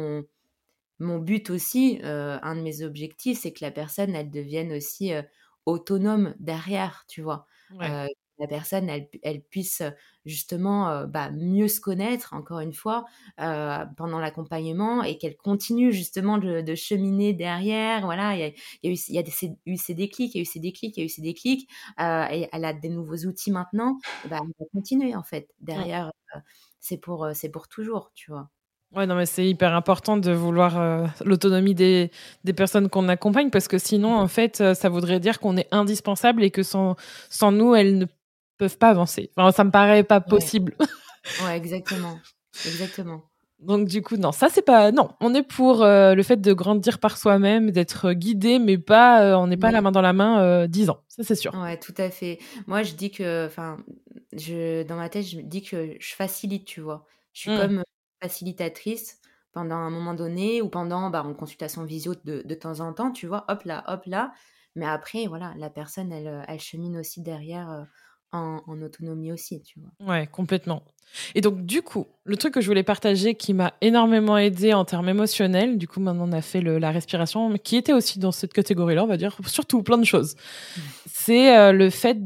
mon but aussi, un de mes objectifs, c'est que la personne, elle devienne aussi, autonome derrière, tu vois? Ouais. Que la personne, elle puisse, justement, bah, mieux se connaître, encore une fois, pendant l'accompagnement, et qu'elle continue justement de cheminer derrière. Voilà, il y a eu ces déclics, il y a eu ces déclics, il y a eu ces déclics, et elle a des nouveaux outils maintenant, et bah, elle va continuer, en fait. Mmh. Derrière, c'est pour toujours, tu vois? Ouais, non, mais c'est hyper important de vouloir l'autonomie des personnes qu'on accompagne, parce que sinon, en fait, ça voudrait dire qu'on est indispensable et que sans nous, elles ne peuvent pas avancer. Enfin, ça me paraît pas Ouais. possible. Ouais, exactement, exactement. Donc, du coup, non, ça, c'est pas. Non, on est pour le fait de grandir par soi-même, d'être guidé, mais pas, on n'est pas la Oui, main dans la main 10 ans. Ça, c'est sûr. ouais, tout à fait. Moi, je dis que, enfin, dans ma tête, je me dis que je facilite, tu vois? Je suis comme facilitatrice pendant un moment donné ou pendant, en consultation visio de temps en temps, tu vois? Hop là. Mais après, voilà, la personne, elle chemine aussi derrière, en autonomie aussi, tu vois? Ouais, complètement. Et donc, du coup, le truc que je voulais partager qui m'a énormément aidée en termes émotionnels, du coup, maintenant on a fait la respiration, mais qui était aussi dans cette catégorie-là, on va dire, surtout plein de choses. C'est le fait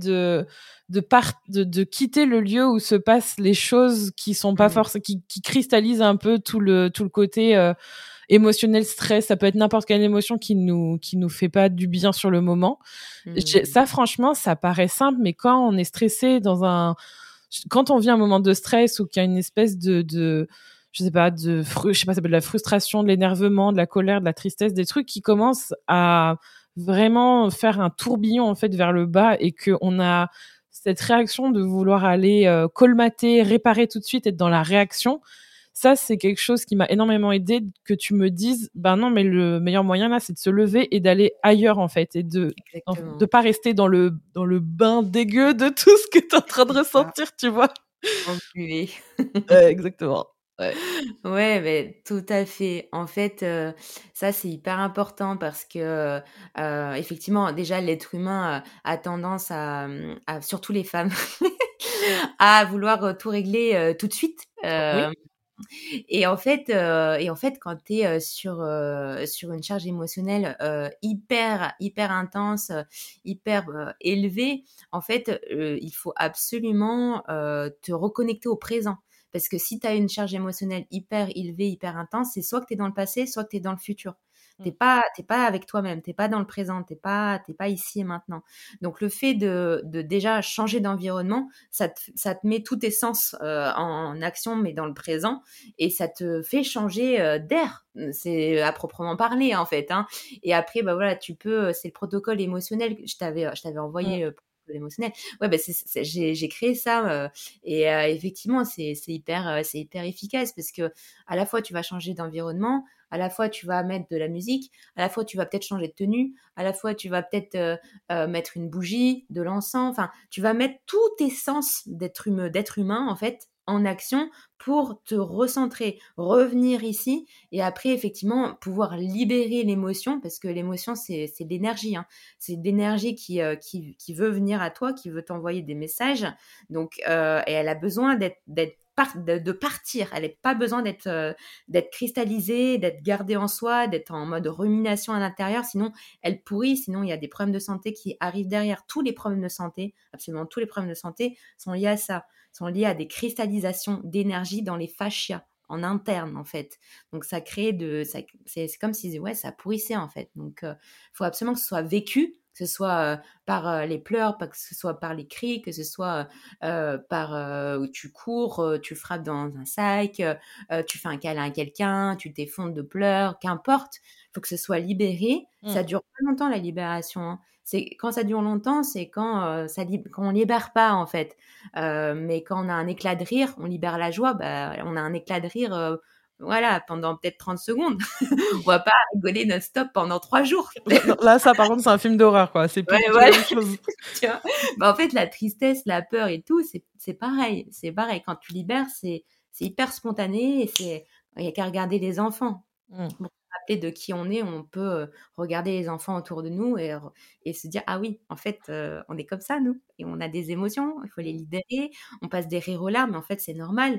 de quitter le lieu où se passent les choses qui sont pas Mmh. forcément, qui cristallisent un peu tout le côté émotionnel, stress. Ça peut être n'importe quelle émotion qui nous fait pas du bien sur le moment. Mmh. Ça, franchement, ça paraît simple, mais quand on est stressé quand on vit un moment de stress ou qu'il y a une espèce je sais pas, je sais pas, ça peut être de la frustration, de l'énervement, de la colère, de la tristesse, des trucs qui commencent à vraiment faire un tourbillon, en fait, vers le bas et qu'on a cette réaction de vouloir aller colmater, réparer tout de suite, être dans la réaction. Ça, c'est quelque chose qui m'a énormément aidé que tu me dises, ben non, mais le meilleur moyen là, c'est de se lever et d'aller ailleurs en fait, et de Exactement, pas rester dans le bain dégueu de tout ce que tu es en train de c'est ça, ressentir, tu vois? enculé. Exactement. Ouais. Ouais, mais tout à fait. En fait, ça, c'est hyper important parce que, effectivement, déjà, l'être humain, a tendance à surtout les femmes, à vouloir, tout régler, tout de suite. Oui. Et en fait, quand tu es, sur une charge émotionnelle, hyper hyper intense, hyper, élevée, en fait, il faut absolument, te reconnecter au présent. Parce que si tu as une charge émotionnelle hyper élevée, hyper intense, c'est soit que tu es dans le passé, soit que tu es dans le futur. Mmh. Tu pas avec toi-même, tu pas dans le présent, tu pas ici et maintenant. Donc le fait de déjà changer d'environnement, ça te met tous tes sens, en action, mais dans le présent, et ça te fait changer, d'air. C'est à proprement parler, en fait, hein. Et après, voilà, tu peux, c'est le protocole émotionnel que je t'avais Mmh. envoyé, protocole émotionnel. Ouais, j'ai créé ça, et effectivement, c'est hyper efficace parce que à la fois, tu vas changer d'environnement, à la fois, tu vas mettre de la musique, à la fois, tu vas peut-être changer de tenue, à la fois, tu vas peut-être, mettre une bougie, de l'encens, enfin, tu vas mettre tous tes sens d'être humain, en fait, en action pour te recentrer, revenir ici, et après effectivement pouvoir libérer l'émotion, parce que l'émotion c'est de l'énergie, hein. C'est de l'énergie qui veut venir à toi, qui veut t'envoyer des messages. Donc et elle a besoin de partir. Elle n'a pas besoin d'être cristallisée, d'être gardée en soi, d'être en mode rumination à l'intérieur, sinon elle pourrit, sinon il y a des problèmes de santé qui arrivent derrière. Tous les problèmes de santé, absolument tous les problèmes de santé sont liés à ça, sont liés à des cristallisations d'énergie dans les fascias, en interne, en fait. Donc ça crée c'est comme si, ouais, ça pourrissait, en fait. Donc faut absolument que ce soit vécu, que ce soit par les pleurs, que ce soit par les cris, que ce soit par où tu cours, tu frappes dans un sac, tu fais un câlin à quelqu'un, tu t'effondres de pleurs, qu'importe. Il faut que ce soit libéré. Mmh. Ça dure pas longtemps, la libération, hein. Quand ça dure longtemps, c'est quand, quand on libère pas, en fait. Mais quand on a un éclat de rire, on libère la joie, on a un éclat de rire, voilà, pendant peut-être 30 secondes. On va pas rigoler non-stop pendant 3 jours. Non, non, là, ça, par contre, c'est un film d'horreur, quoi. C'est plus Ouais, du tout la voilà, même chose. tu vois? En fait, la tristesse, la peur et tout, c'est pareil. C'est pareil. Quand tu libères, c'est hyper spontané, et il y a qu'à regarder les enfants. Mmh. Pour se rappeler de qui on est, on peut, regarder les enfants autour de nous et se dire: «Ah oui, en fait, on est comme ça nous, et on a des émotions, il faut les libérer». On passe des rires aux larmes, mais en fait, c'est normal.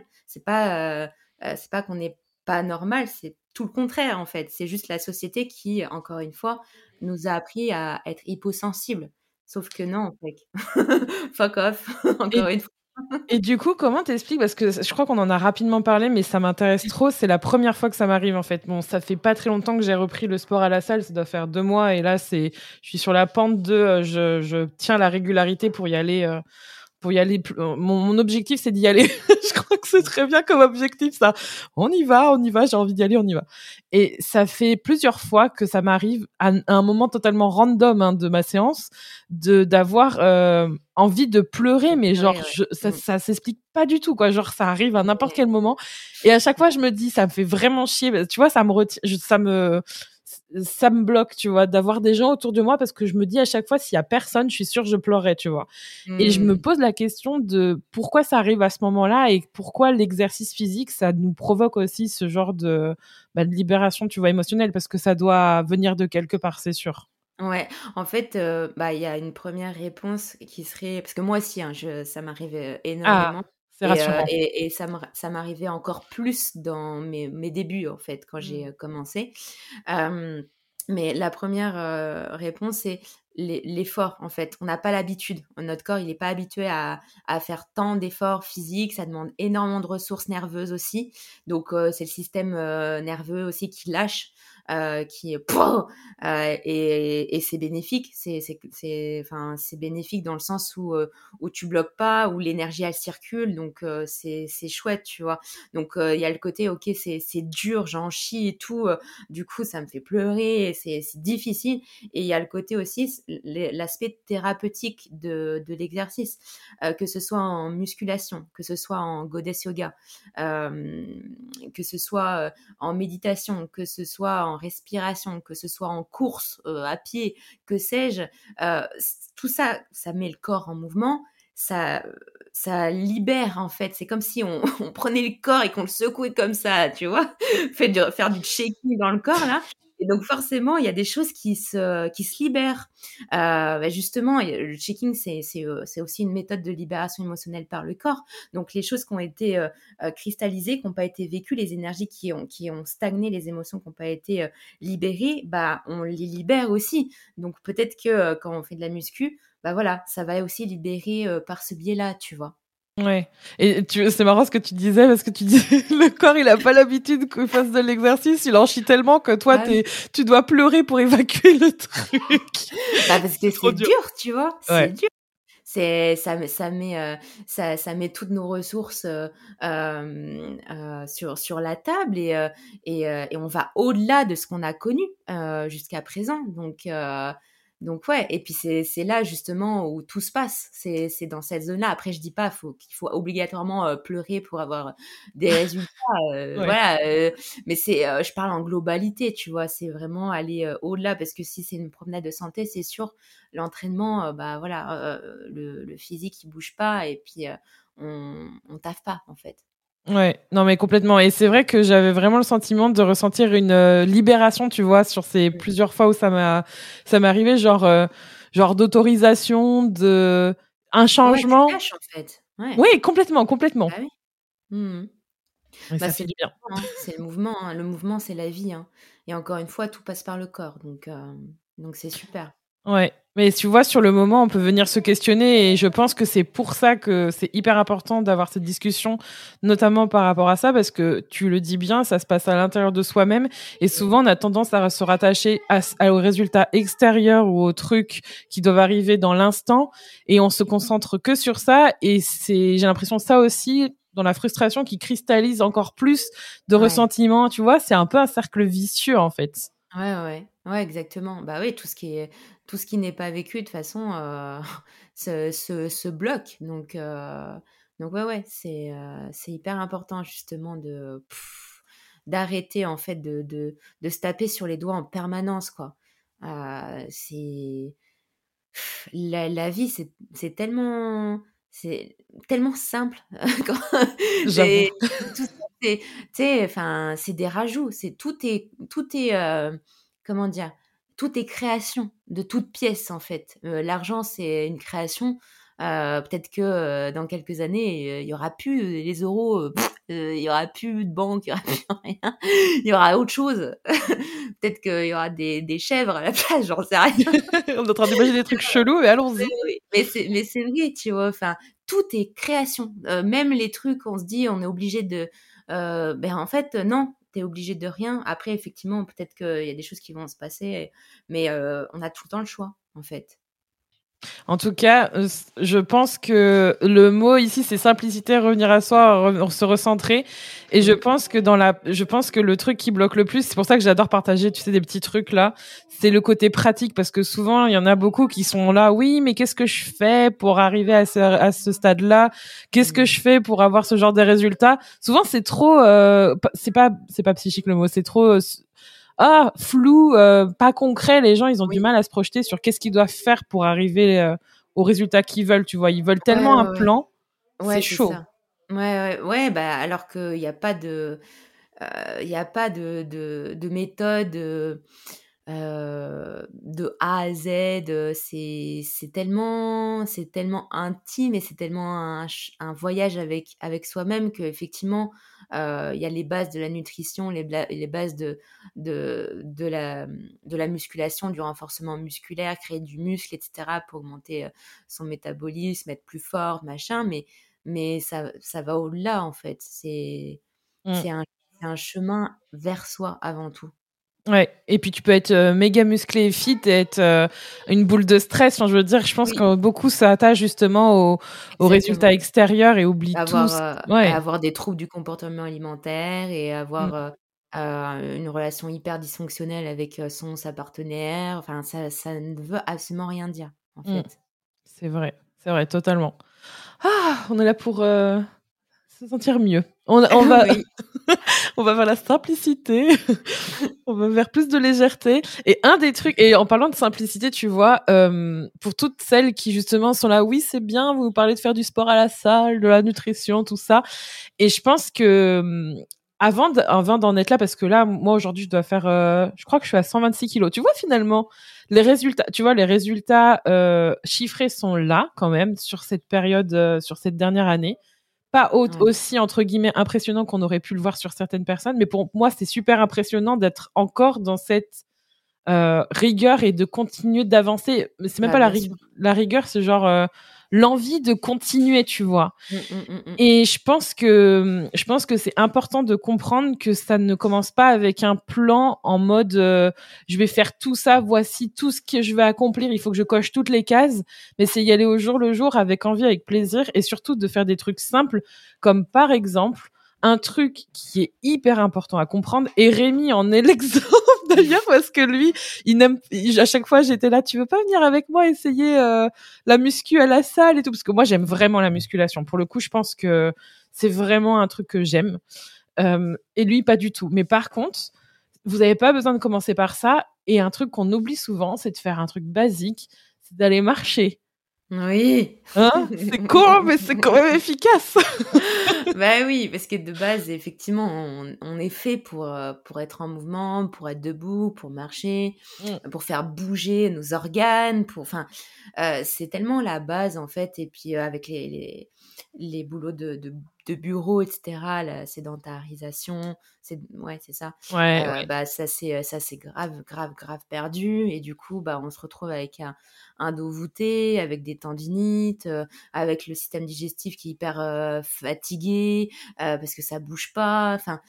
C'est pas qu'on n'est pas normal, c'est tout le contraire, en fait. C'est juste la société qui, encore une fois, nous a appris à être hyposensibles. Sauf que non, en fait. Fuck off, encore Et une fois. Et du coup, comment t'expliques? Parce que je crois qu'on en a rapidement parlé, mais ça m'intéresse trop. C'est la première fois que ça m'arrive, en fait. Bon, ça fait pas très longtemps que j'ai repris le sport à la salle. Ça doit faire 2 mois. Et là, je suis sur la pente je tiens la régularité pour y aller. Mon objectif, c'est d'y aller. Je crois que c'est très bien comme objectif, ça. On y va. J'ai envie d'y aller, on y va. Et ça fait plusieurs fois que ça m'arrive à un moment totalement random, hein, de ma séance, d'avoir envie de pleurer, De mais genre pleurer, ouais. ça s'explique pas du tout, quoi. Genre ça arrive à n'importe Ouais. quel moment. Et à chaque fois, je me dis, ça me fait vraiment chier. Tu vois, ça me retient, ça me bloque, tu vois, d'avoir des gens autour de moi parce que je me dis à chaque fois, s'il y a personne, je suis sûre que je pleurerai, tu vois. Et je me pose la question de pourquoi ça arrive à ce moment-là et pourquoi l'exercice physique, ça nous provoque aussi ce genre de libération, tu vois, émotionnelle, parce que ça doit venir de quelque part, c'est sûr. Ouais, en fait, il y a une première réponse qui serait parce que moi aussi, hein, ça m'arrive, Ah, énormément c'est rassurant. et ça m'arrivait encore plus dans mes débuts, en fait, quand Mmh. j'ai, commencé. Hem, mais la première réponse, c'est l'effort, en fait. On n'a pas l'habitude. Notre corps, il est pas habitué à faire tant d'efforts physiques. Ça demande énormément de ressources nerveuses aussi. Donc c'est le système, nerveux aussi qui lâche, qui pouah et c'est bénéfique. C'est bénéfique dans le sens où tu bloques pas, où l'énergie, elle circule. Donc c'est chouette, tu vois? Donc il y a le côté, OK, c'est dur, j'en chie et tout, du coup, ça me fait pleurer, et c'est difficile. Et il y a le côté aussi, l'aspect thérapeutique de l'exercice, que ce soit en musculation, que ce soit en goddess yoga, que ce soit en méditation, que ce soit en respiration, que ce soit en course à pied, que sais-je. Tout ça, ça met le corps en mouvement. Ça, ça libère en fait. C'est comme si on prenait le corps et qu'on le secouait comme ça, tu vois, faire du shaking dans le corps là. Et donc forcément, il y a des choses qui se libèrent. Justement, le shaking, c'est aussi une méthode de libération émotionnelle par le corps. Donc les choses qui ont été cristallisées, qui n'ont pas été vécues, les énergies qui ont stagné, les émotions qui n'ont pas été libérées, on les libère aussi. Donc peut-être que quand on fait de la muscu, voilà, ça va aussi libérer par ce biais-là, tu vois. Ouais. Et c'est marrant ce que tu disais parce que tu dis le corps il a pas l'habitude qu'il fasse de l'exercice, il en chie tellement que toi Ah oui. tu dois pleurer pour évacuer le truc. Parce que C'est trop c'est dur. dur, tu vois? C'est Ouais. dur. Ça met toutes nos ressources sur la table et on va au-delà de ce qu'on a connu jusqu'à présent. Donc ouais, et puis c'est là justement où tout se passe. C'est dans cette zone-là. Après, je dis pas qu'il faut obligatoirement pleurer pour avoir des résultats. Ouais. Voilà, mais je parle en globalité, tu vois. C'est vraiment aller au-delà parce que si c'est une promenade de santé, c'est sûr, l'entraînement, voilà, le physique il bouge pas et puis on taffe pas en fait. Ouais, non mais complètement. Et c'est vrai que j'avais vraiment le sentiment de ressentir une libération, tu vois, sur ces Mmh. plusieurs fois où ça m'est arrivé, genre d'autorisation, un Ouais, tu changement. lâches en fait. Ouais, Oui, complètement, complètement. bah oui. Mmh mh. Et ça C'est fait le du bien. mouvement, hein, c'est le mouvement, hein. Le mouvement, c'est la vie, hein, et encore une fois, tout passe par le corps, donc c'est super. Ouais, mais tu vois, sur le moment, on peut venir se questionner et je pense que c'est pour ça que c'est hyper important d'avoir cette discussion, notamment par rapport à ça, parce que tu le dis bien, ça se passe à l'intérieur de soi-même et souvent on a tendance à se rattacher aux résultats extérieurs ou aux trucs qui doivent arriver dans l'instant et on se concentre que sur ça et j'ai l'impression ça aussi dans la frustration qui cristallise encore plus de Ouais. ressentiment, tu vois, c'est un peu un cercle vicieux en fait. Ouais, ouais. Ouais, exactement. Bah oui, tout ce qui n'est pas vécu de toute façon, se bloque. Donc ouais, ouais, c'est hyper important justement d'arrêter en fait de se taper sur les doigts en permanence, quoi. C'est la vie, c'est tellement simple quand J'avoue. et tout ça, tu sais, enfin, c'est des rajouts, tout est, comment dire? Tout est création de toutes pièces, en fait. L'argent, c'est une création. Peut-être que, dans quelques années, il y aura plus, les euros, il y aura plus de banque, il y aura plus rien. Il y aura autre chose. Peut-être qu'il y aura des chèvres à la place, j'en sais rien. On est en train d'imaginer des trucs chelous, mais Oui, allons-y. oui, mais c'est vrai, tu vois? Enfin, tout est création. Même les trucs, on se dit: «On est obligé de» en fait, non, tu es obligé de rien. Après, effectivement, peut-être qu'il y a des choses qui vont se passer, mais on a tout le temps le choix, en fait. En tout cas, je pense que le mot ici, c'est simplicité, revenir à soi, se recentrer. Et Mmh. je pense que le truc qui bloque le plus, c'est pour ça que j'adore partager, tu sais, des petits trucs là, c'est le côté pratique parce que souvent, il y en a beaucoup qui sont là, oui, mais qu'est-ce que je fais pour arriver à ce stade-là? Qu'est-ce que Mmh. je fais pour avoir ce genre de résultats? Souvent, c'est trop, c'est pas psychique le mot, c'est trop, flou, pas concret. Les gens, ils ont du Oui. mal à se projeter sur qu'est-ce qu'ils doivent faire pour arriver au résultat qu'ils veulent, tu vois. Ils veulent Ouais, tellement un ouais, ouais. plan, c'est Ouais, c'est chaud. ça. Ouais, ouais, ouais, bah, alors qu'il y a pas de, il y a pas de méthode, de A à Z, c'est tellement intime et c'est tellement un voyage avec soi-même qu'effectivement, il y a les bases de la nutrition, les bases de la musculation, du renforcement musculaire, créer du muscle et cetera pour augmenter, son métabolisme, être plus fort, machin, mais ça va au-delà en fait. Mm. C'est un c'est un chemin vers soi avant tout. Ouais. Et puis tu peux être méga musclé et fit et être une boule de stress. Enfin, je veux dire, je pense Oui, que beaucoup s'attachent justement aux résultats exactement. extérieurs et oublient tout. Ouais. Avoir des troubles du comportement alimentaire et avoir, Mm, une relation hyper dysfonctionnelle avec, sa partenaire. Enfin, ça ne veut absolument rien dire, en mm. fait. C'est vrai, totalement. On est là pour se sentir mieux. On va, Oui. on va vers la simplicité. On va vers plus de légèreté. Et un des trucs, et en parlant de simplicité, tu vois, pour toutes celles qui justement sont là, oui, c'est bien, vous nous parlez de faire du sport à la salle, de la nutrition, tout ça. Et je pense que avant d'en être là, parce que là, moi aujourd'hui, je dois faire, je crois que je suis à 126 kilos. Tu vois finalement, les résultats chiffrés sont là quand même sur cette période, sur cette dernière année. Pas Ouais. aussi entre guillemets impressionnant qu'on aurait pu le voir sur certaines personnes, mais pour moi, c'est super impressionnant d'être encore dans cette rigueur et de continuer d'avancer. Mais c'est même Bah, pas bien sûr. la rigueur, c'est genre l'envie de continuer, tu vois. Mmh, mmh, mmh, mmh. Et je pense que c'est important de comprendre que ça ne commence pas avec un plan en mode je vais faire tout ça, voici tout ce que je vais accomplir, il faut que je coche toutes les cases, mais c'est y aller au jour le jour avec envie, avec plaisir et surtout de faire des trucs simples comme par exemple un truc qui est hyper important à comprendre et Rémi en est l'exemple d'ailleurs parce que lui à chaque fois j'étais là, tu veux pas venir avec moi essayer la muscu à la salle et tout parce que moi j'aime vraiment la musculation. Pour le coup, je pense que c'est vraiment un truc que j'aime. Et lui, pas du tout. Mais par contre, vous n'avez pas besoin de commencer par ça. Et un truc qu'on oublie souvent, c'est de faire un truc basique, c'est d'aller marcher. Oui. Hein? C'est con, mais c'est quand même efficace. Bah, oui, parce que de base, effectivement, on est fait pour être en mouvement, pour être debout, pour marcher, Mm, pour faire bouger nos organes, c'est tellement la base, en fait. Et puis, avec les boulots de bureau, et cetera, la sédentarisation, ouais, c'est ça. ouais, ouais. Bah, ça c'est grave, grave, grave perdu et du coup, bah, on se retrouve avec un dos voûté, avec des tendinites, avec le système digestif qui est hyper, fatigué, parce que ça bouge pas, enfin,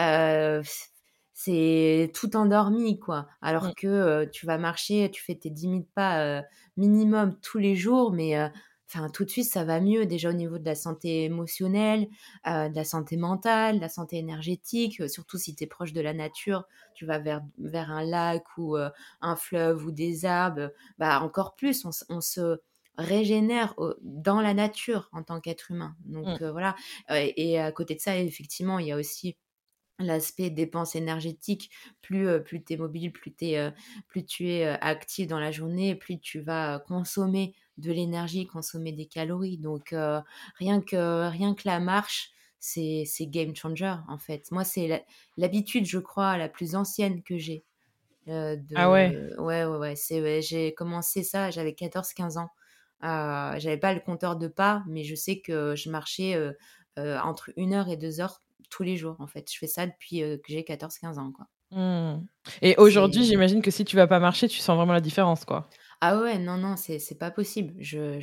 c'est tout endormi, quoi. Mm, Alors que, tu vas marcher, tu fais tes 10 000 pas, minimum tous les jours, mais, enfin, tout de suite, ça va mieux. Déjà au niveau de la santé émotionnelle, de la santé mentale, de la santé énergétique, surtout si tu es proche de la nature, tu vas vers un lac ou, un fleuve ou des arbres, bah, encore plus, on se régénère dans la nature en tant qu'être humain. mm. Donc voilà, et à côté de ça, effectivement, il y a aussi l'aspect dépense énergétique. Plus tu es mobile, plus tu es, actif dans la journée, plus tu vas consommer de l'énergie, consommer des calories. Donc rien que la marche, c'est game changer, en fait. Moi, c'est l'habitude, je crois, la plus ancienne que j'ai. Ah ouais. Ouais, ouais, ouais, ouais, j'ai commencé ça, j'avais 14 15 ans. J'avais pas le compteur de pas, mais je sais que je marchais, entre 1 heure et 2 heures tous les jours, en fait. Je fais ça depuis, que j'ai 14 15 ans, quoi. Mm. Et aujourd'hui, C'est j'imagine que si tu vas pas marcher, tu sens vraiment la différence, quoi. Ah ouais, non, non, c'est pas possible.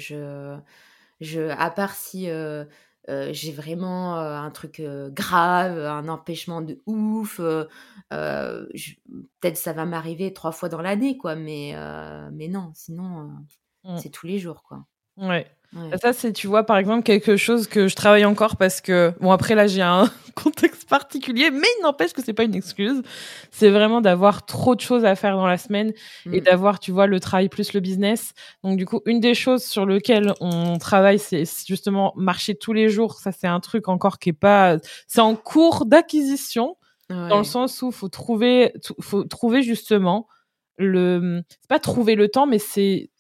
À part si, j'ai vraiment, un truc, grave, un empêchement de ouf, je peut-être ça va m'arriver 3 fois dans l'année, quoi, mais non, sinon, Mm. c'est tous les jours, quoi. Ouais. Bah, Ouais. ça, c'est, tu vois, par exemple, quelque chose que je travaille encore parce que, bon, après, là, j'ai un contexte particulier, mais il n'empêche que c'est pas une excuse. C'est vraiment d'avoir trop de choses à faire dans la semaine et Mmh. d'avoir, tu vois, le travail plus le business. Donc, du coup, une des choses sur lesquelles on travaille, c'est justement marcher tous les jours. Ça, c'est un truc encore qui est pas, c'est en cours d'acquisition. Dans le sens où faut trouver justement c'est pas trouver le temps, mais c'est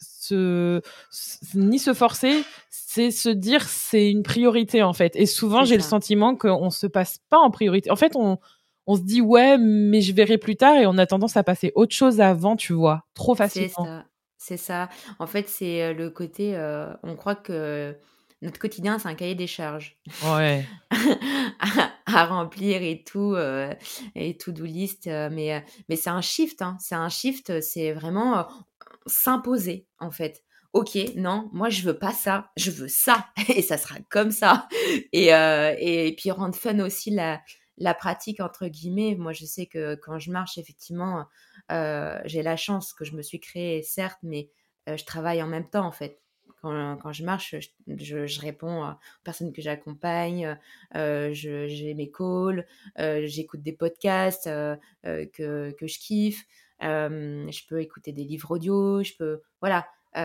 ni se forcer, c'est se dire c'est une priorité en fait. Et souvent j'ai le sentiment qu'on se passe pas en priorité. En fait, on se dit ouais, mais je verrai plus tard, et on a tendance à passer autre chose avant, tu vois, trop facilement. C'est ça. En fait, c'est le côté, on croit que notre quotidien, c'est un cahier des charges Ouais. à remplir et to-do list, mais c'est un shift, hein. C'est un shift, c'est vraiment, s'imposer, en fait. OK, non, moi je veux pas ça, je veux ça et ça sera comme ça et puis rendre fun aussi la «pratique» entre guillemets. Moi, je sais que quand je marche effectivement, j'ai la chance que je me suis créée certes, mais je travaille en même temps, en fait. Quand je marche, je réponds aux personnes que j'accompagne, j'ai mes calls, j'écoute des podcasts, que je kiffe, je peux écouter des livres audio, je peux voilà,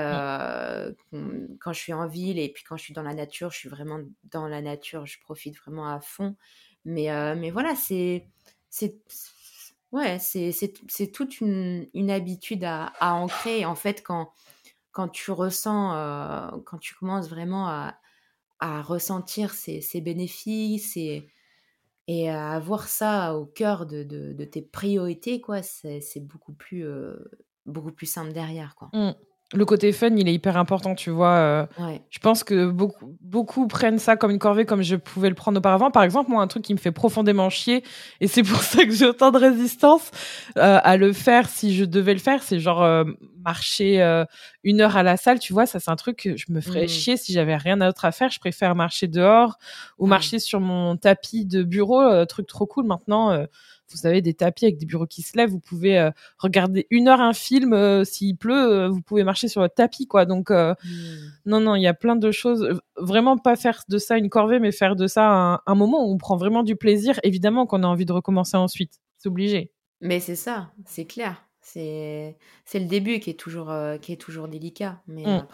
quand je suis en ville et puis quand je suis dans la nature, je suis vraiment dans la nature, je profite vraiment à fond. Mais voilà, c'est ouais, c'est toute une habitude à ancrer. En fait, quand tu ressens, quand tu commences vraiment à ressentir ces bénéfices et à avoir ça au cœur de tes priorités, quoi, c'est beaucoup plus simple derrière, quoi. Mmh. Le côté fun, il est hyper important, tu vois. Ouais. Je pense que beaucoup prennent ça comme une corvée, comme je pouvais le prendre auparavant. Par exemple, moi, un truc qui me fait profondément chier, et c'est pour ça que j'ai autant de résistance à le faire si je devais le faire, c'est genre marcher 1 heure à la salle, tu vois. Ça, c'est un truc que je me ferais Mmh. chier si j'avais rien d'autre à faire. Je préfère marcher dehors ou Ouais. marcher sur mon tapis de bureau. Truc trop cool maintenant. Vous savez, des tapis avec des bureaux qui se lèvent. Vous pouvez regarder 1 heure un film. S'il pleut, vous pouvez marcher sur votre tapis, quoi. Donc, Mmh. non, il y a plein de choses. Vraiment pas faire de ça une corvée, mais faire de ça un moment où on prend vraiment du plaisir. Évidemment qu'on a envie de recommencer ensuite. C'est obligé. Mais c'est ça, c'est clair. C'est le début qui est toujours délicat. Mais Mm,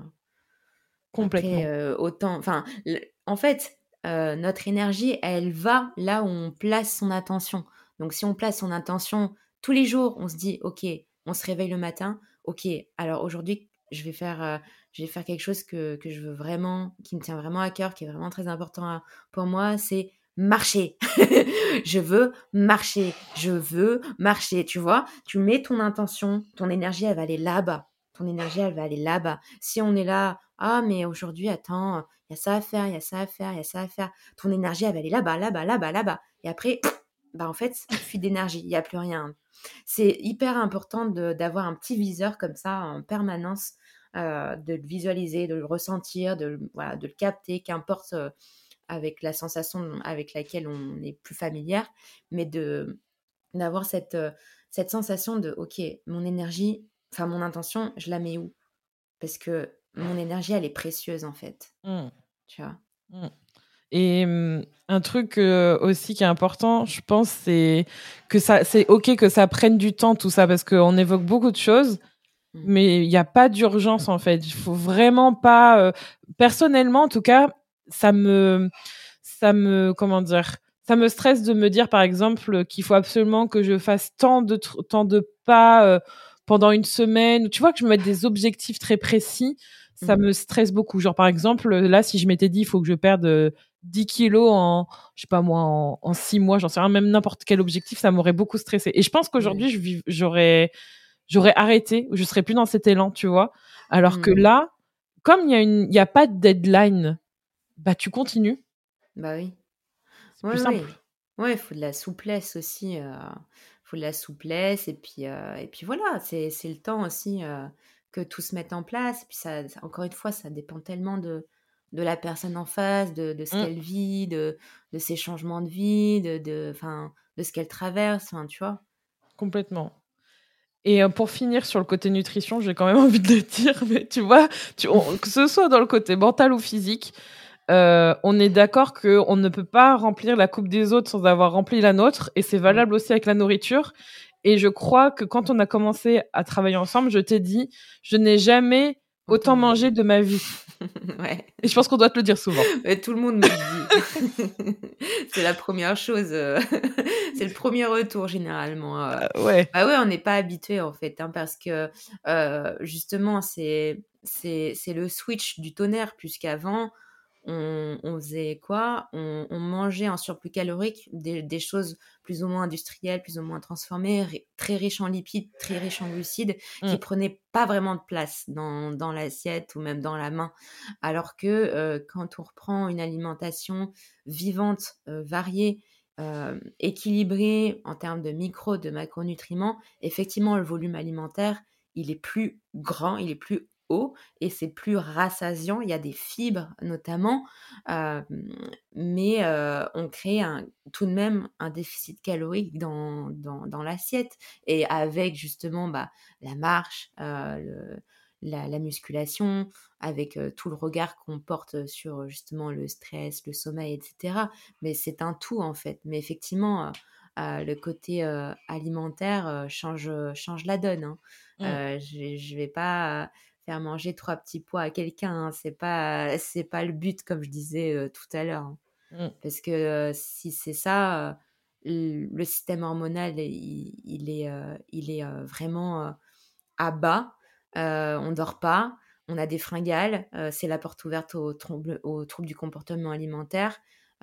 après, complètement. autant enfin, en fait, notre énergie, elle va là où on place son attention. Donc si on place son attention tous les jours, on se dit: «OK», on se réveille le matin: «OK, alors aujourd'hui, je vais faire quelque chose que je veux vraiment, qui me tient vraiment à cœur, qui est vraiment très important pour moi, c'est marcher. Je veux marcher», tu vois? Tu mets ton intention, ton énergie, elle va aller là-bas. Ton énergie, elle va aller là-bas. Si on est là: «Ah mais aujourd'hui attends, il y a ça à faire, il y a ça à faire, il y a ça à faire». Ton énergie, elle va aller là-bas, là-bas, là-bas, là-bas et après, bah, en fait, fuite d'énergie, il y a plus rien. C'est hyper important d'avoir un petit viseur comme ça en permanence, de le visualiser, de le ressentir, voilà, de le capter, qu'importe, avec la sensation avec laquelle on est plus familière, mais d'avoir cette sensation de: «OK, mon énergie, enfin mon intention, je la mets où?» Parce que mon énergie, elle est précieuse, en fait, Mm, tu vois? mm. Et un truc aussi qui est important, je pense, c'est ok que ça prenne du temps, tout ça, parce qu'on évoque beaucoup de choses, Mmh. mais il n'y a pas d'urgence en fait. Il faut vraiment pas. Personnellement, en tout cas, comment dire, ça me stresse de me dire, par exemple, qu'il faut absolument que je fasse tant de pas pendant une semaine. Tu vois, que je me mette des objectifs très précis, ça Mmh. me stresse beaucoup. Genre, par exemple, là, si je m'étais dit, il faut que je perde 10 kilos je sais pas moi, en 6 mois, j'en sais rien, même n'importe quel objectif, ça m'aurait beaucoup stressé. Et je pense Ouais. qu'aujourd'hui, j'aurais arrêté, je serais plus dans cet élan, tu vois. Alors que Mmh. là, comme il y a pas de deadline, bah tu continues, Bah, oui. c'est plus Oui, simple. oui. Ouais, il faut de la souplesse aussi, faut de la souplesse et puis voilà, c'est le temps aussi, que tout se mette en place. Puis ça encore une fois, ça dépend tellement de la personne en face, de ce Mm, qu'elle vit, de ses changements de vie, enfin, de ce qu'elle traverse, enfin, tu vois? complètement. Et pour finir sur le côté nutrition, j'ai quand même envie de le dire, mais tu vois, que ce soit dans le côté mental ou physique, on est d'accord qu'on ne peut pas remplir la coupe des autres sans avoir rempli la nôtre, et c'est Mmh. valable aussi avec la nourriture. Et je crois que quand on a commencé à travailler ensemble, je t'ai dit, je n'ai jamais Autant manger de ma vie. Ouais. Et je pense qu'on doit te le dire souvent. Tout le monde me le dit. C'est la première chose, c'est le premier retour généralement, Ouais. Bah, ouais, on n'est pas habitué en fait, hein, parce que, justement c'est le switch du tonnerre puisqu'avant on faisait quoi? On mangeait en surplus calorique des choses plus ou moins industrielles, plus ou moins transformées, très riches en lipides, très riches en glucides, qui Mmh. prenaient pas vraiment de place dans l'assiette ou même dans la main. Alors que, quand on reprend une alimentation vivante, variée, équilibrée en termes de micros, de macronutriments, effectivement le volume alimentaire, il est plus grand, il est plus haut et c'est plus rassasiant. Il y a des fibres notamment, hem, mais on crée tout de même un déficit calorique dans l'assiette et avec justement, bah, la marche, la musculation, avec, tout le regard qu'on porte sur, justement le stress, le sommeil et cetera. Mais c'est un tout en fait. Mais effectivement, le côté, alimentaire, change la donne, hein. Mmh. Je vais pas faire manger 3 petits pois à quelqu'un, hein. C'est pas le but comme je disais, tout à l'heure, hein. Mmh. Parce que, si c'est ça, le système hormonal il est vraiment, à bas, on dort pas, on a des fringales, c'est la porte ouverte aux troubles du comportement alimentaire,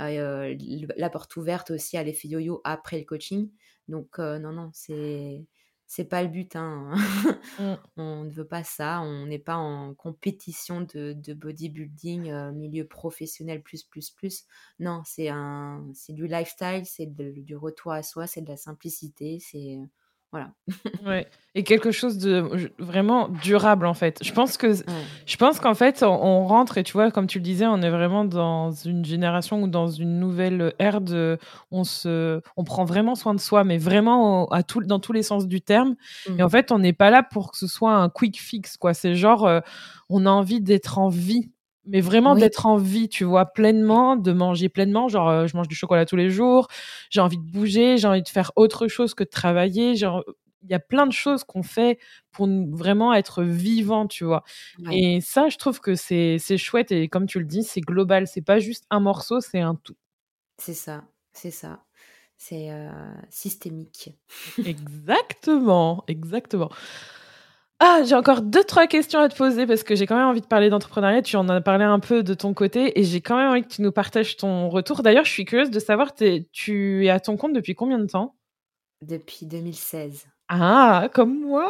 la porte ouverte aussi à l'effet yo-yo après le coaching. Donc non, non, c'est pas le but, hein. Mmh. On ne veut pas ça, on n'est pas en compétition de bodybuilding, milieu professionnel plus, plus, plus. Non, c'est du lifestyle, c'est du retour à soi, c'est de la simplicité, c'est voilà. Ouais, et quelque chose de vraiment durable, en fait. Ouais. Je pense qu'en fait, on rentre et tu vois, comme tu le disais, on est vraiment dans une génération ou dans une nouvelle ère de on prend vraiment soin de soi, mais vraiment dans tous les sens du terme. Et en Mmh. fait, on n'est pas là pour que ce soit un quick fix, quoi. C'est genre, on a envie d'être en vie, mais vraiment Oui. d'être en vie, tu vois, pleinement, de manger pleinement. Genre, je mange du chocolat tous les jours, j'ai envie de bouger, j'ai envie de faire autre chose que de travailler. Genre, il y a plein de choses qu'on fait pour vraiment être vivant, tu vois? Ouais, Et ça, je trouve que c'est chouette et comme tu le dis, c'est global. C'est pas juste un morceau, c'est un tout. c'est ça, c'est ça. C'est, systémique. Exactement, exactement. Ah, j'ai encore deux-trois questions à te poser parce que j'ai quand même envie de parler d'entrepreneuriat. Tu en as parlé un peu de ton côté et j'ai quand même envie que tu nous partages ton retour. D'ailleurs, je suis curieuse de savoir, tu es à ton compte depuis combien de temps? Depuis 2016. Ah, comme moi!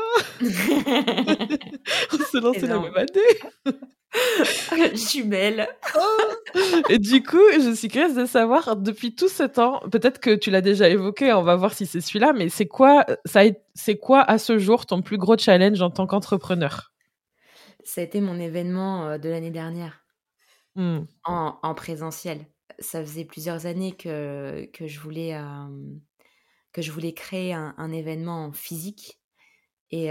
On s'est lancé la même Énorme. année. Jumelle. Oh! Et du coup, je suis curieuse de savoir, depuis tout ce temps, peut-être que tu l'as déjà évoqué, on va voir si c'est celui-là, mais c'est quoi à ce jour ton plus gros challenge en tant qu'entrepreneur? Ça a été mon événement, de l'année dernière, Mmh. en présentiel. Ça faisait plusieurs années que je voulais créer un événement physique et